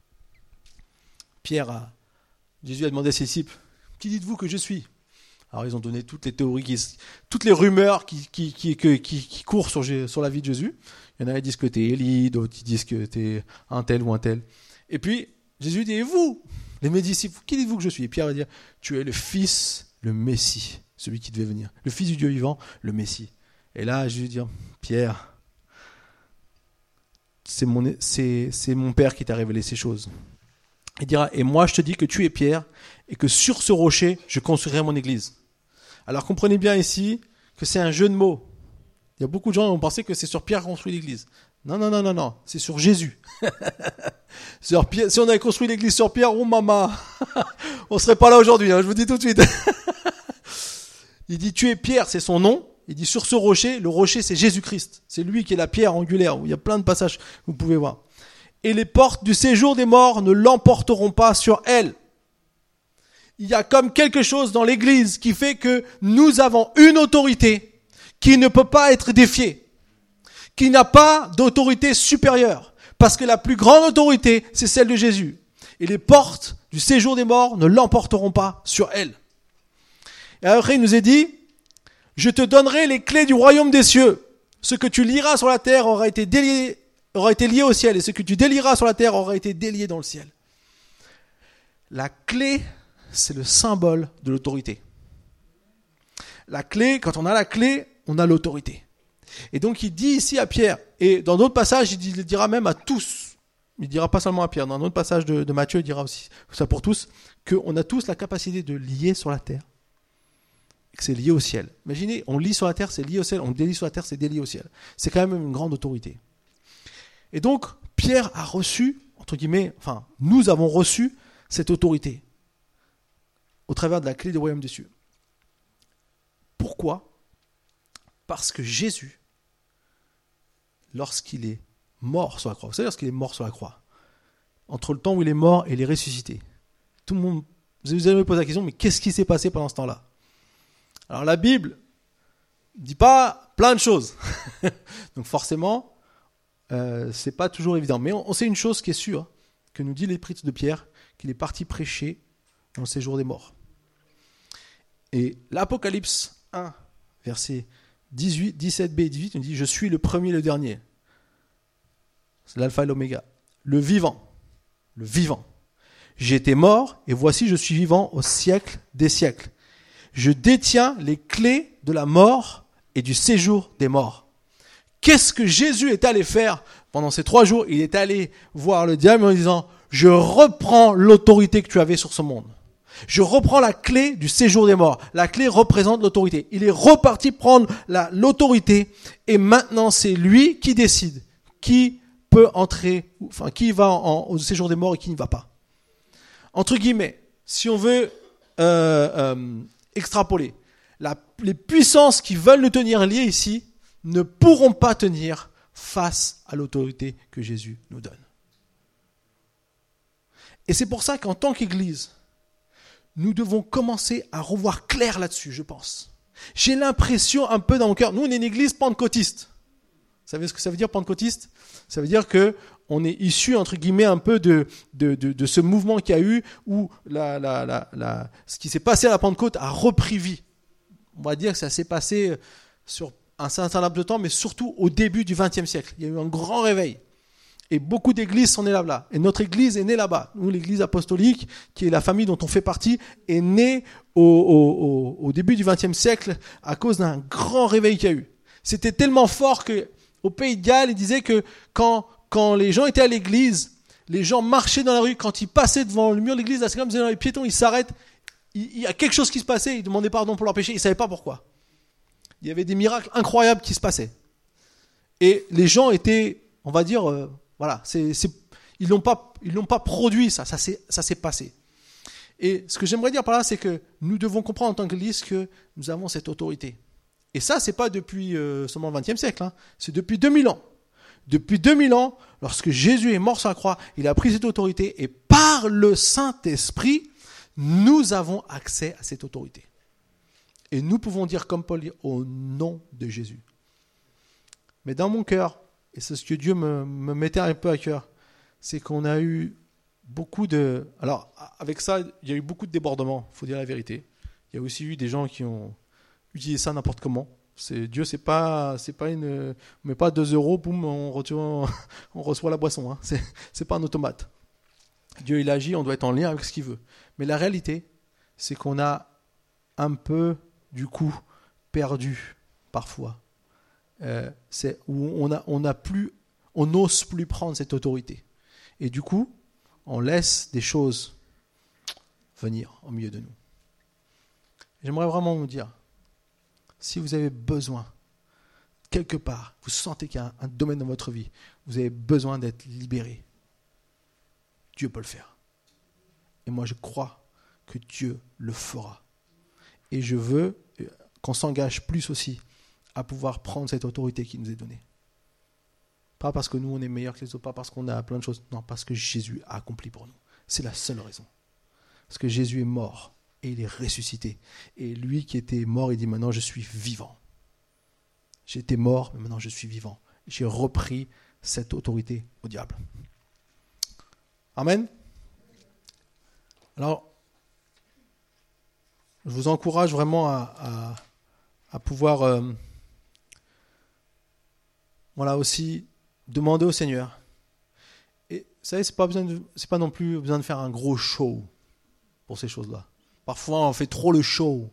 Jésus a demandé à ses disciples, « Qui dites-vous que je suis ?» Alors ils ont donné toutes les théories, toutes les rumeurs qui courent sur la vie de Jésus. Il y en a qui disent que tu es Élie, d'autres qui disent que tu es un tel ou un tel. Et puis Jésus dit, et vous, mes disciples, qui dites-vous que je suis ? Et Pierre va dire, tu es le Fils, le Messie, celui qui devait venir. Le Fils du Dieu vivant, le Messie. Et là Jésus dit, Pierre, c'est mon Père qui t'a révélé ces choses. Il dira, et moi je te dis que tu es Pierre, et que sur ce rocher, je construirai mon église. Alors comprenez bien ici que c'est un jeu de mots. Il y a beaucoup de gens qui ont pensé que c'est sur Pierre qu'on construit l'église. Non, c'est sur Jésus. Sur Pierre, si on avait construit l'église sur Pierre, oh maman, on serait pas là aujourd'hui, je vous dis tout de suite. Il dit, tu es Pierre, c'est son nom. Il dit, sur ce rocher, le rocher c'est Jésus-Christ. C'est lui qui est la pierre angulaire, où il y a plein de passages que vous pouvez voir. Et les portes du séjour des morts ne l'emporteront pas sur elle. Il y a comme quelque chose dans l'église qui fait que nous avons une autorité qui ne peut pas être défiée, qui n'a pas d'autorité supérieure, parce que la plus grande autorité, c'est celle de Jésus. Et les portes du séjour des morts ne l'emporteront pas sur elle. Et après, il nous est dit, je te donnerai les clés du royaume des cieux. Ce que tu lieras sur la terre aura été lié au ciel, et ce que tu délieras sur la terre aura été délié dans le ciel. La clé, c'est le symbole de l'autorité. La clé, quand on a la clé, on a l'autorité. Et donc il dit ici à Pierre, et dans d'autres passages, il dira même à tous, il dira pas seulement à Pierre, dans d'autres passages de Matthieu, il dira aussi, ça pour tous, qu'on a tous la capacité de lier sur la terre, et que c'est lié au ciel. Imaginez, on lie sur la terre, c'est lié au ciel, on délie sur la terre, c'est délié au ciel. C'est quand même une grande autorité. Et donc, Pierre a reçu, entre guillemets, nous avons reçu cette autorité au travers de la clé du royaume des cieux. Pourquoi ? Parce que Jésus, lorsqu'il est mort sur la croix, vous savez lorsqu'il est mort sur la croix, entre le temps où il est mort et il est ressuscité, tout le monde, vous allez me poser la question, mais qu'est-ce qui s'est passé pendant ce temps-là ? Alors la Bible ne dit pas plein de choses, donc forcément, c'est pas toujours évident, mais on sait une chose qui est sûre, que nous dit l'épître de Pierre, qu'il est parti prêcher dans le séjour des morts. Et l'Apocalypse 1, verset 18, 17b et 18, nous dit « Je suis le premier et le dernier. » C'est l'alpha et l'oméga. Le vivant. J'étais mort, et voici je suis vivant au siècle des siècles. Je détiens les clés de la mort et du séjour des morts. Qu'est-ce que Jésus est allé faire pendant ces 3 jours ? Il est allé voir le diable en disant « Je reprends l'autorité que tu avais sur ce monde. Je reprends la clé du séjour des morts. » La clé représente l'autorité. Il est reparti prendre l'autorité et maintenant c'est lui qui décide qui peut entrer, qui va au séjour des morts et qui n'y va pas. Entre guillemets, si on veut extrapoler, les puissances qui veulent nous tenir liés ici ne pourront pas tenir face à l'autorité que Jésus nous donne. Et c'est pour ça qu'en tant qu'Église, nous devons commencer à revoir clair là-dessus, je pense. J'ai l'impression un peu dans mon cœur, nous on est une église pentecôtiste. Vous savez ce que ça veut dire pentecôtiste ? Ça veut dire que on est issu entre guillemets un peu de ce mouvement qu'il y a eu où ce qui s'est passé à la Pentecôte a repris vie. On va dire que ça s'est passé sur un certain laps de temps, mais surtout au début du XXe siècle. Il y a eu un grand réveil. Et beaucoup d'églises sont nées là-bas. Et notre église est née là-bas. Nous, l'église apostolique, qui est la famille dont on fait partie, est née au début du XXe siècle à cause d'un grand réveil qu'il y a eu. C'était tellement fort qu'au Pays de Galles, il disait que quand les gens étaient à l'église, les gens marchaient dans la rue, quand ils passaient devant le mur de l'église, là, c'est comme si les piétons, ils s'arrêtent, il y a quelque chose qui se passait, ils demandaient pardon pour leurs péchés, ils ne savaient pas pourquoi. Il y avait des miracles incroyables qui se passaient. Et les gens étaient, on va dire, ils l'ont pas produit, ça s'est passé. Et ce que j'aimerais dire par là, c'est que nous devons comprendre en tant qu'Église que nous avons cette autorité. Et ça, c'est pas depuis seulement le XXe siècle, c'est depuis 2000 ans. Depuis 2000 ans, lorsque Jésus est mort sur la croix, il a pris cette autorité et par le Saint-Esprit, nous avons accès à cette autorité. Et nous pouvons dire comme Paul dit, au nom de Jésus. Mais dans mon cœur, et c'est ce que Dieu me mettait un peu à cœur, c'est qu'on a eu beaucoup de... Alors, avec ça, il y a eu beaucoup de débordements, il faut dire la vérité. Il y a aussi eu des gens qui ont utilisé ça n'importe comment. Dieu, c'est pas une... On met pas 2 €, boum, on reçoit la boisson. Hein. C'est pas un automate. Dieu, il agit, on doit être en lien avec ce qu'il veut. Mais la réalité, c'est qu'on a un peu, du coup, perdu, parfois. C'est où on n'ose plus prendre cette autorité. Et du coup, on laisse des choses venir au milieu de nous. J'aimerais vraiment vous dire, si vous avez besoin, quelque part, vous sentez qu'il y a un domaine dans votre vie, vous avez besoin d'être libéré, Dieu peut le faire. Et moi, je crois que Dieu le fera. Et je veux qu'on s'engage plus aussi à pouvoir prendre cette autorité qui nous est donnée. Pas parce que nous, on est meilleurs que les autres, pas parce qu'on a plein de choses. Non, parce que Jésus a accompli pour nous. C'est la seule raison. Parce que Jésus est mort et il est ressuscité. Et lui qui était mort, il dit maintenant je suis vivant. J'étais mort, mais maintenant je suis vivant. J'ai repris cette autorité au diable. Amen. Alors, je vous encourage vraiment à pouvoir aussi demander au Seigneur. Et vous savez, c'est pas non plus besoin de faire un gros show pour ces choses-là. Parfois, on fait trop le show.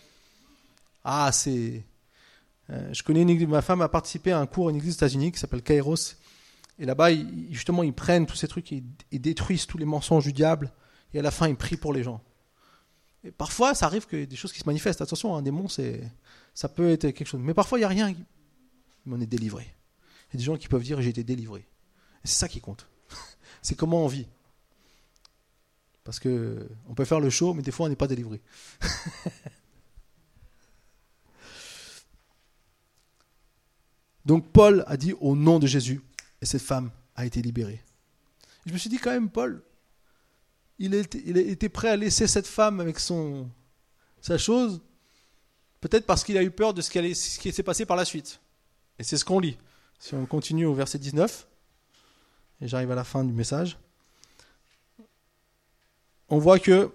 Je connais une église, ma femme a participé à un cours à une église aux États-Unis qui s'appelle Kairos. Et là-bas, justement, ils prennent tous ces trucs et détruisent tous les mensonges du diable. Et à la fin, ils prient pour les gens. Et parfois, ça arrive qu'il y ait des choses qui se manifestent. Attention, un démon, ça peut être quelque chose. Mais parfois, il n'y a rien. On est délivré. Il y a des gens qui peuvent dire « j'ai été délivré ». Et c'est ça qui compte. C'est comment on vit. Parce qu'on peut faire le show, mais des fois, on n'est pas délivré. Donc, Paul a dit au nom de Jésus, et cette femme a été libérée. Je me suis dit quand même, Paul, il était prêt à laisser cette femme avec sa chose, peut-être parce qu'il a eu peur de ce qui s'est passé par la suite. Et c'est ce qu'on lit. Si on continue au verset 19, et j'arrive à la fin du message, on voit que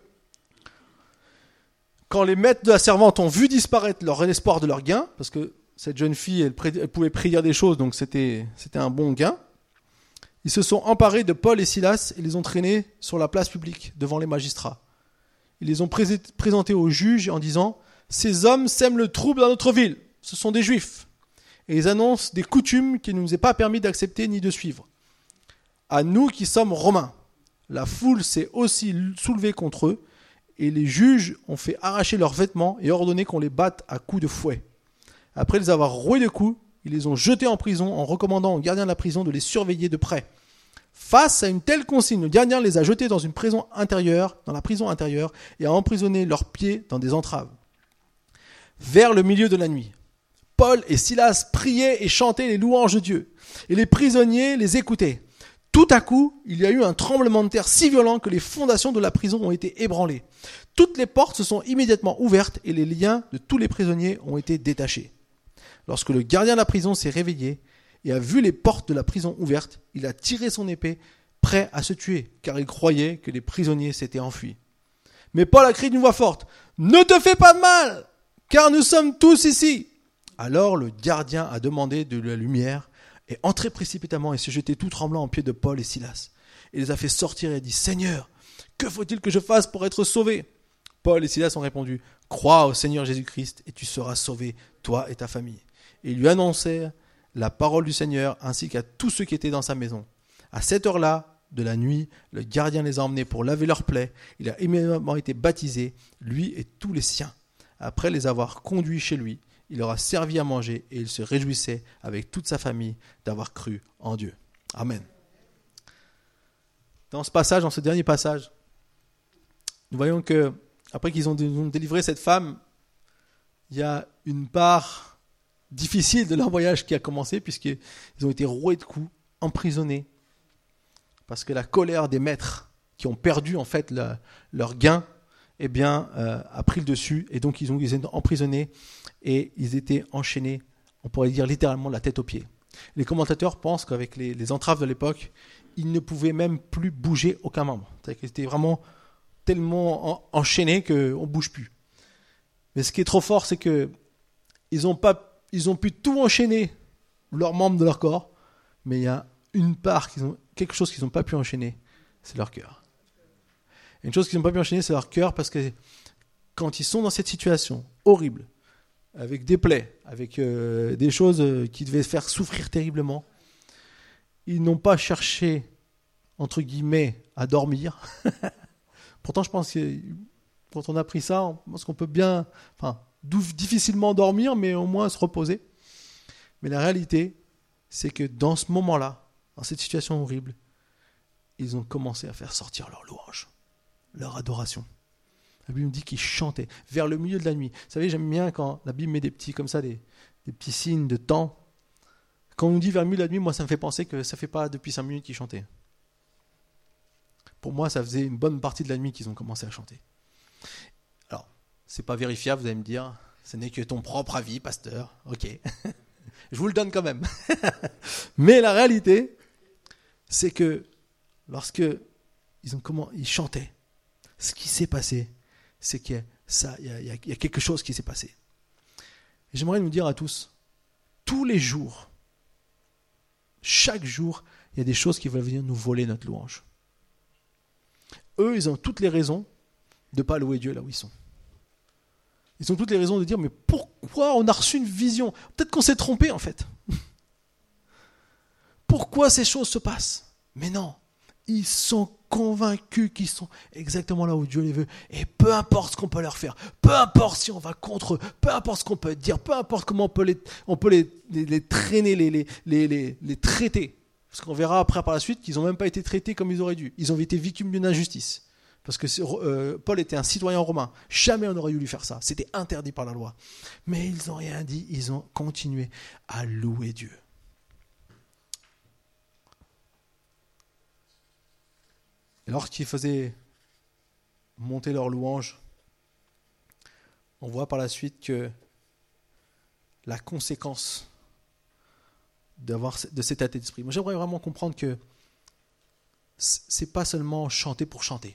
quand les maîtres de la servante ont vu disparaître leur espoir de leur gain, parce que cette jeune fille, elle pouvait prédire des choses, donc c'était un bon gain, ils se sont emparés de Paul et Silas et les ont traînés sur la place publique devant les magistrats. Ils les ont présentés aux juges en disant « Ces hommes sèment le trouble dans notre ville, ce sont des juifs. » Et ils annoncent des coutumes qu'il ne nous est pas permis d'accepter ni de suivre. À nous qui sommes romains, la foule s'est aussi soulevée contre eux et les juges ont fait arracher leurs vêtements et ordonné qu'on les batte à coups de fouet. Après les avoir roués de coups, ils les ont jetés en prison en recommandant aux gardiens de la prison de les surveiller de près. Face à une telle consigne, le gardien les a jetés dans la prison intérieure, et a emprisonné leurs pieds dans des entraves. Vers le milieu de la nuit, Paul et Silas priaient et chantaient les louanges de Dieu, et les prisonniers les écoutaient. Tout à coup, il y a eu un tremblement de terre si violent que les fondations de la prison ont été ébranlées. Toutes les portes se sont immédiatement ouvertes et les liens de tous les prisonniers ont été détachés. Lorsque le gardien de la prison s'est réveillé et a vu les portes de la prison ouvertes, il a tiré son épée, prêt à se tuer, car il croyait que les prisonniers s'étaient enfuis. Mais Paul a crié d'une voix forte « Ne te fais pas de mal, car nous sommes tous ici !» Alors le gardien a demandé de la lumière et entré précipitamment et s'est jeté tout tremblant aux pieds de Paul et Silas. Il les a fait sortir et a dit « Seigneur, que faut-il que je fasse pour être sauvé ?» Paul et Silas ont répondu « Crois au Seigneur Jésus-Christ et tu seras sauvé, toi et ta famille. » Et ils lui annoncèrent la parole du Seigneur ainsi qu'à tous ceux qui étaient dans sa maison. À cette heure-là de la nuit, le gardien les a emmenés pour laver leurs plaies. Il a immédiatement été baptisé, lui et tous les siens. Après les avoir conduits chez lui, il leur a servi à manger et il se réjouissait avec toute sa famille d'avoir cru en Dieu. Amen. Dans ce dernier passage, nous voyons que après qu'ils ont délivré cette femme, il y a une part difficile de leur voyage qui a commencé, puisqu'ils ont été roués de coups, emprisonnés, parce que la colère des maîtres qui ont perdu en fait leur gain, eh bien, a pris le dessus, et donc ils ont été emprisonnés et ils étaient enchaînés, on pourrait dire littéralement la tête aux pieds. Les commentateurs pensent qu'avec les entraves de l'époque, ils ne pouvaient même plus bouger aucun membre. C'est-à-dire qu'ils étaient vraiment tellement enchaînés qu'on ne bouge plus. Mais ce qui est trop fort, c'est qu'ils ont pu tout enchaîner, leurs membres de leur corps, mais il y a quelque chose qu'ils n'ont pas pu enchaîner, c'est leur cœur. Et une chose qu'ils n'ont pas pu enchaîner, c'est leur cœur, parce que quand ils sont dans cette situation horrible, avec des plaies, avec des choses qui devaient faire souffrir terriblement, ils n'ont pas cherché, entre guillemets, à dormir. Pourtant, je pense que quand on a pris ça, on pense qu'on peut difficilement dormir, mais au moins se reposer. Mais la réalité, c'est que dans ce moment-là, dans cette situation horrible, ils ont commencé à faire sortir leur louange, leur adoration. La Bible nous dit qu'ils chantaient vers le milieu de la nuit. Vous savez, j'aime bien quand la Bible met des petits signes de temps. Quand on nous dit vers le milieu de la nuit, moi ça me fait penser que ça ne fait pas depuis 5 minutes qu'ils chantaient. Pour moi, ça faisait une bonne partie de la nuit qu'ils ont commencé à chanter. Alors, c'est pas vérifiable, vous allez me dire, ce n'est que ton propre avis, pasteur. Ok, je vous le donne quand même. Mais la réalité, c'est que lorsque ils chantaient, ce qui s'est passé, c'est qu'il y a quelque chose qui s'est passé. Et j'aimerais nous dire à tous, tous les jours, chaque jour, il y a des choses qui veulent venir nous voler notre louange. Eux, ils ont toutes les raisons de ne pas louer Dieu là où ils sont. Ils ont toutes les raisons de dire, mais pourquoi on a reçu une vision ? Peut-être qu'on s'est trompé en fait. Pourquoi ces choses se passent ? Mais non, ils sont convaincus qu'ils sont exactement là où Dieu les veut. Et peu importe ce qu'on peut leur faire, peu importe si on va contre eux, peu importe ce qu'on peut dire, peu importe comment on peut les traîner, les traiter. Parce qu'on verra après par la suite qu'ils n'ont même pas été traités comme ils auraient dû. Ils ont été victimes d'une injustice. Parce que Paul était un citoyen romain. Jamais on aurait dû lui faire ça. C'était interdit par la loi. Mais ils n'ont rien dit. Ils ont continué à louer Dieu. Et lorsqu'ils faisaient monter leur louange, on voit par la suite que la conséquence de cet état d'esprit. Moi, j'aimerais vraiment comprendre que c'est pas seulement chanter pour chanter.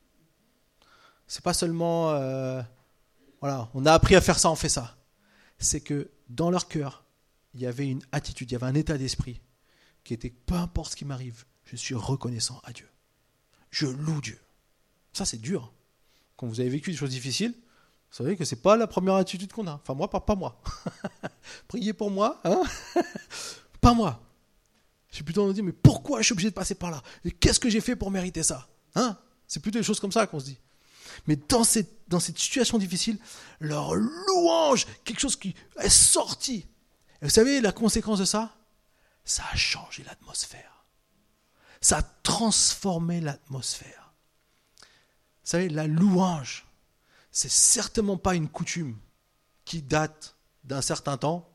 C'est pas seulement on a appris à faire ça, on fait ça. C'est que dans leur cœur, il y avait une attitude, il y avait un état d'esprit qui était peu importe ce qui m'arrive, je suis reconnaissant à Dieu. Je loue Dieu. Ça, c'est dur. Quand vous avez vécu des choses difficiles, vous savez que c'est pas la première attitude qu'on a. Enfin, moi, pas moi. Priez pour moi, hein. Pas moi. Je suis plutôt à me dire, mais pourquoi je suis obligé de passer par là ? Et qu'est-ce que j'ai fait pour mériter ça ? Hein ? C'est plutôt des choses comme ça qu'on se dit. Mais dans cette situation difficile, leur louange, quelque chose qui est sorti. Et vous savez, la conséquence de ça, ça a changé l'atmosphère. Ça a transformé l'atmosphère. Vous savez, la louange, c'est certainement pas une coutume qui date d'un certain temps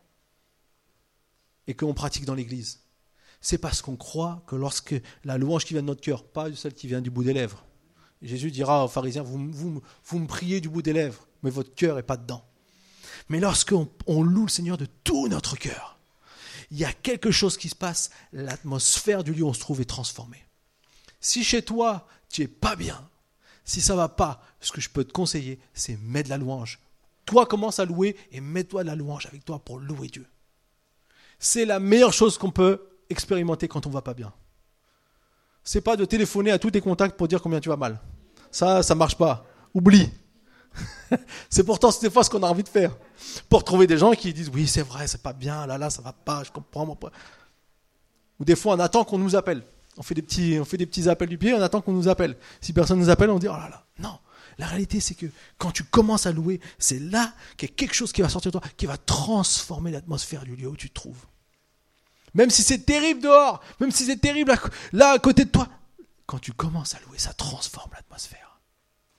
et qu'on pratique dans l'église. C'est parce qu'on croit que lorsque la louange qui vient de notre cœur, pas celle qui vient du bout des lèvres. Jésus dira aux pharisiens, vous me priez du bout des lèvres, mais votre cœur n'est pas dedans. Mais lorsqu'on loue le Seigneur de tout notre cœur, il y a quelque chose qui se passe, l'atmosphère du lieu où on se trouve est transformée. Si chez toi, tu n'es pas bien, si ça ne va pas, ce que je peux te conseiller, c'est mets de la louange. Toi, commence à louer et mets-toi de la louange avec toi pour louer Dieu. C'est la meilleure chose qu'on peut expérimenter quand on ne va pas bien. C'est pas de téléphoner à tous tes contacts pour dire combien tu vas mal. Ça marche pas. Oublie. C'est pourtant des fois ce qu'on a envie de faire. Pour trouver des gens qui disent oui, c'est vrai, c'est pas bien, là, ça va pas, je comprends pas. Ou des fois, on attend qu'on nous appelle. On fait des petits appels du pied, on attend qu'on nous appelle. Si personne nous appelle, on dit oh là là. Non. La réalité, c'est que quand tu commences à louer, c'est là qu'il y a quelque chose qui va sortir de toi, qui va transformer l'atmosphère du lieu où tu te trouves. Même si c'est terrible dehors, même si c'est terrible là à côté de toi, quand tu commences à louer, ça transforme l'atmosphère.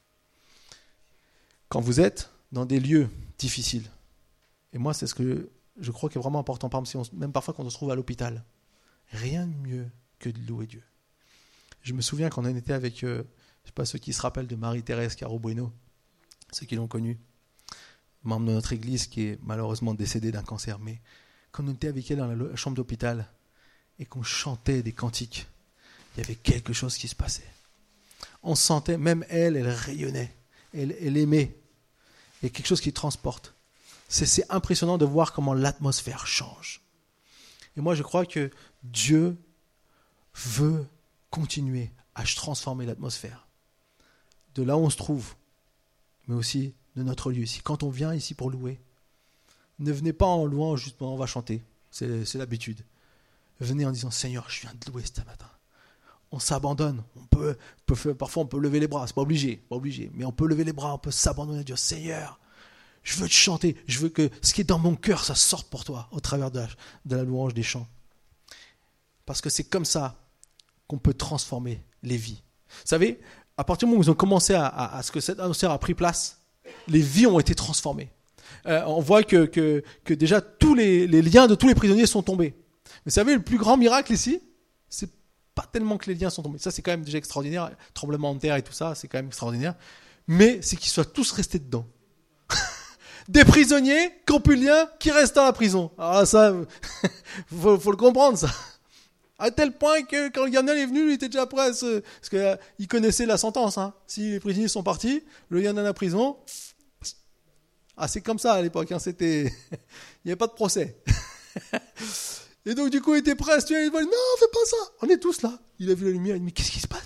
Quand vous êtes dans des lieux difficiles, et moi c'est ce que je crois qu'il est vraiment important, par exemple, même parfois quand on se trouve à l'hôpital, rien de mieux que de louer Dieu. Je me souviens quand on était avec, je ne sais pas ceux qui se rappellent de Marie-Thérèse Caro Bueno, ceux qui l'ont connue, membre de notre église qui est malheureusement décédée d'un cancer, mais quand on était avec elle dans la chambre d'hôpital et qu'on chantait des cantiques, il y avait quelque chose qui se passait. On sentait, même elle rayonnait, elle aimait. Il y a quelque chose qui transporte. C'est impressionnant de voir comment l'atmosphère change. Et moi, je crois que Dieu veut continuer à transformer l'atmosphère. De là où on se trouve, mais aussi de notre lieu ici. Quand on vient ici pour louer, ne venez pas en louant juste on va chanter, c'est l'habitude. Venez en disant, Seigneur, je viens de louer ce matin. On s'abandonne, parfois on peut lever les bras, c'est pas obligé, mais on peut lever les bras, on peut s'abandonner et dire, Seigneur, je veux te chanter, je veux que ce qui est dans mon cœur, ça sorte pour toi, au travers de la louange des chants. Parce que c'est comme ça qu'on peut transformer les vies. Vous savez, à partir du moment où ils ont commencé à ce que cette atmosphère a pris place, les vies ont été transformées. On voit que déjà tous les liens de tous les prisonniers sont tombés. Mais vous savez, le plus grand miracle ici, c'est pas tellement que les liens sont tombés. Ça, c'est quand même déjà extraordinaire. Tremblement de terre et tout ça, c'est quand même extraordinaire. Mais c'est qu'ils soient tous restés dedans. Des prisonniers qui n'ont plus de lien, qui restent dans la prison. Alors ça, faut le comprendre, ça. À tel point que quand le gardien est venu, il était déjà prêt parce qu'il connaissait la sentence. Hein. Si les prisonniers sont partis, le gardien de la prison... Ah, c'est comme ça à l'époque, hein, il n'y avait pas de procès. Et donc, du coup, il était prêt à se tuer. Il dit, non, fais pas ça. On est tous là. Il a vu la lumière. Il dit, mais qu'est-ce qui se passe?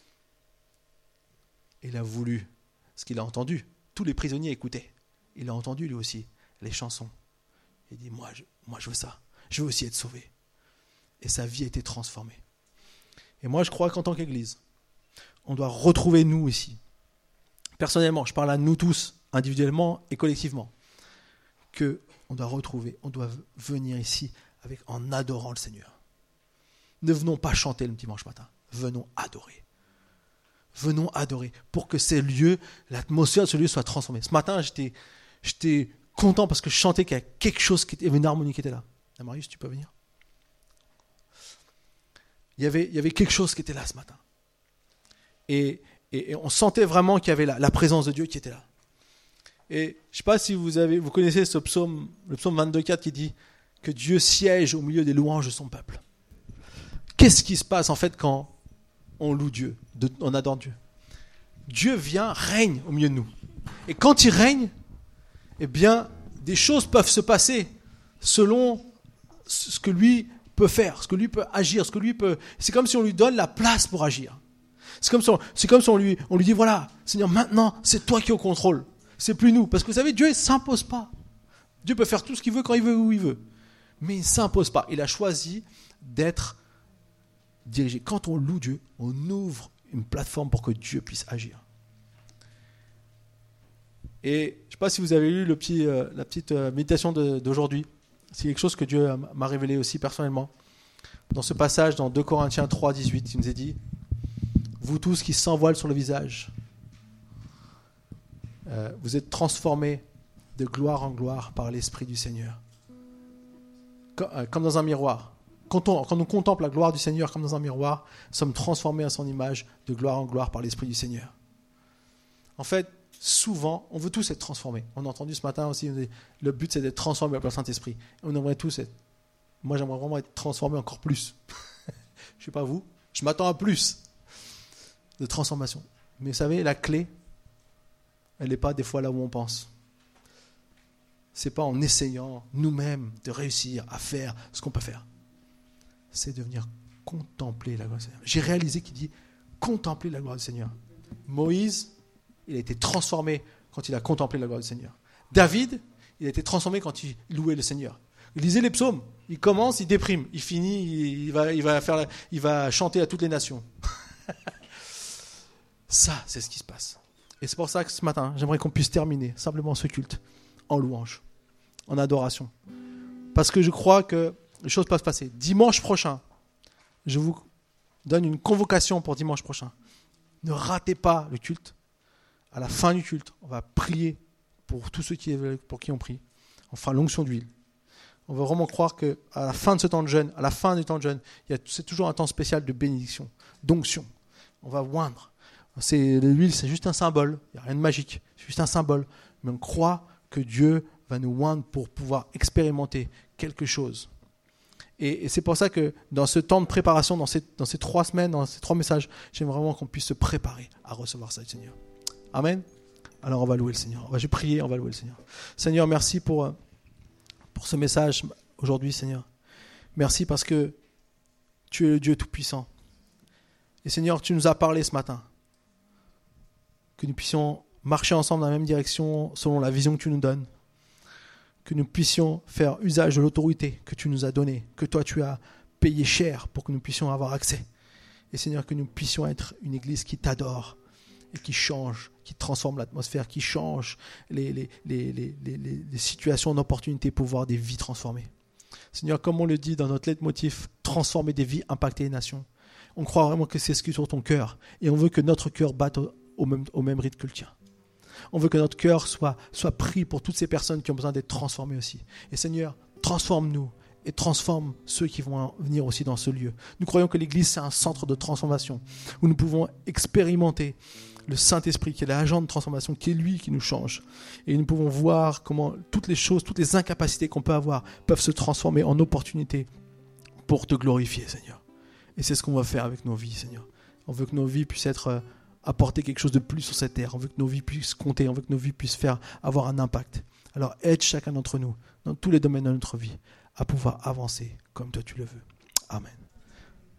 Il a voulu, ce qu'il a entendu. Tous les prisonniers écoutaient. Il a entendu, lui aussi, les chansons. Il dit, moi, je veux ça. Je veux aussi être sauvé. Et sa vie a été transformée. Et moi, je crois qu'en tant qu'Église, on doit retrouver nous ici. Personnellement, je parle à nous tous, individuellement et collectivement, qu'on doit retrouver, on doit venir ici en adorant le Seigneur. Ne venons pas chanter le dimanche matin, venons adorer. Venons adorer pour que ces lieux, l'atmosphère de ce lieu soit transformée. Ce matin, j'étais content parce que je chantais qu'il y a quelque chose, il y avait une harmonie qui était là. Marius, tu peux venir? Il y avait quelque chose qui était là ce matin. Et on sentait vraiment qu'il y avait la présence de Dieu qui était là. Et je ne sais pas si vous connaissez ce psaume, le psaume 22,4 qui dit que Dieu siège au milieu des louanges de son peuple. Qu'est-ce qui se passe en fait quand on loue Dieu, on adore Dieu? Dieu vient, règne au milieu de nous. Et quand il règne, eh bien, des choses peuvent se passer selon ce que lui peut faire, ce que lui peut agir, ce que lui peut... C'est comme si on lui donne la place pour agir. C'est comme si on lui dit, voilà, Seigneur, maintenant, c'est toi qui es au contrôle. C'est plus nous. Parce que vous savez, Dieu ne s'impose pas. Dieu peut faire tout ce qu'il veut, quand il veut, où il veut. Mais il ne s'impose pas. Il a choisi d'être dirigé. Quand on loue Dieu, on ouvre une plateforme pour que Dieu puisse agir. Et je ne sais pas si vous avez lu la petite méditation d'aujourd'hui. C'est quelque chose que Dieu m'a révélé aussi personnellement. Dans ce passage, dans 2 Corinthiens 3, 18, il nous est dit, vous tous qui sans voile sur le visage, vous êtes transformés de gloire en gloire par l'Esprit du Seigneur. Comme dans un miroir. Quand on contemple la gloire du Seigneur comme dans un miroir, nous sommes transformés à son image de gloire en gloire par l'Esprit du Seigneur. En fait, souvent, on veut tous être transformés. On a entendu ce matin aussi, le but c'est d'être transformé par le Saint-Esprit. On aimerait tous être. Moi, j'aimerais vraiment être transformé encore plus. Je ne sais pas vous, je m'attends à plus de transformation. Mais vous savez, la clé, elle n'est pas des fois là où on pense. Ce n'est pas en essayant nous-mêmes de réussir à faire ce qu'on peut faire. C'est de venir contempler la gloire du Seigneur. J'ai réalisé qu'il dit contempler la gloire du Seigneur. Moïse, il a été transformé quand il a contemplé la gloire du Seigneur. David, il a été transformé quand il louait le Seigneur. Il lisait les psaumes. Il commence, il déprime. Il finit, il va chanter à toutes les nations. Ça, c'est ce qui se passe. Et c'est pour ça que ce matin, j'aimerais qu'on puisse terminer simplement ce culte en louange, en adoration. Parce que je crois que les choses peuvent se passer. Dimanche prochain, je vous donne une convocation pour dimanche prochain. Ne ratez pas le culte. À la fin du culte, on va prier pour tous ceux pour qui on prie. On fera l'onction d'huile. On veut vraiment croire qu'à la fin de ce temps de jeûne, à la fin du temps de jeûne, c'est toujours un temps spécial de bénédiction, d'onction. On va oindre. L'huile, c'est juste un symbole. Il n'y a rien de magique. C'est juste un symbole. Mais on croit que Dieu va nous oindre pour pouvoir expérimenter quelque chose. Et c'est pour ça que dans ce temps de préparation, dans ces 3 semaines, dans ces 3 messages, j'aime vraiment qu'on puisse se préparer à recevoir ça du Seigneur. Amen. Alors on va louer le Seigneur. On va juste prier, on va louer le Seigneur. Seigneur, merci pour ce message aujourd'hui, Seigneur. Merci parce que tu es le Dieu Tout-Puissant. Et Seigneur, tu nous as parlé ce matin. Que nous puissions marcher ensemble dans la même direction selon la vision que tu nous donnes. Que nous puissions faire usage de l'autorité que tu nous as donnée, que toi tu as payé cher pour que nous puissions avoir accès. Et Seigneur, que nous puissions être une église qui t'adore et qui change, qui transforme l'atmosphère, qui change les situations d'opportunité pour voir des vies transformées. Seigneur, comme on le dit dans notre leitmotiv, transformer des vies, impacter les nations. On croit vraiment que c'est ce qui est sur ton cœur et on veut que notre cœur batte au même rythme que le tien. On veut que notre cœur soit pris pour toutes ces personnes qui ont besoin d'être transformées aussi. Et Seigneur, transforme-nous et transforme ceux qui vont venir aussi dans ce lieu. Nous croyons que l'Église, c'est un centre de transformation où nous pouvons expérimenter le Saint-Esprit qui est l'agent de transformation, qui est lui qui nous change. Et nous pouvons voir comment toutes les choses, toutes les incapacités qu'on peut avoir peuvent se transformer en opportunités pour te glorifier, Seigneur. Et c'est ce qu'on va faire avec nos vies, Seigneur. On veut que nos vies puissent apporter quelque chose de plus sur cette terre. On veut que nos vies puissent compter. On veut que nos vies puissent avoir un impact. Alors aide chacun d'entre nous, dans tous les domaines de notre vie, à pouvoir avancer comme toi tu le veux. Amen.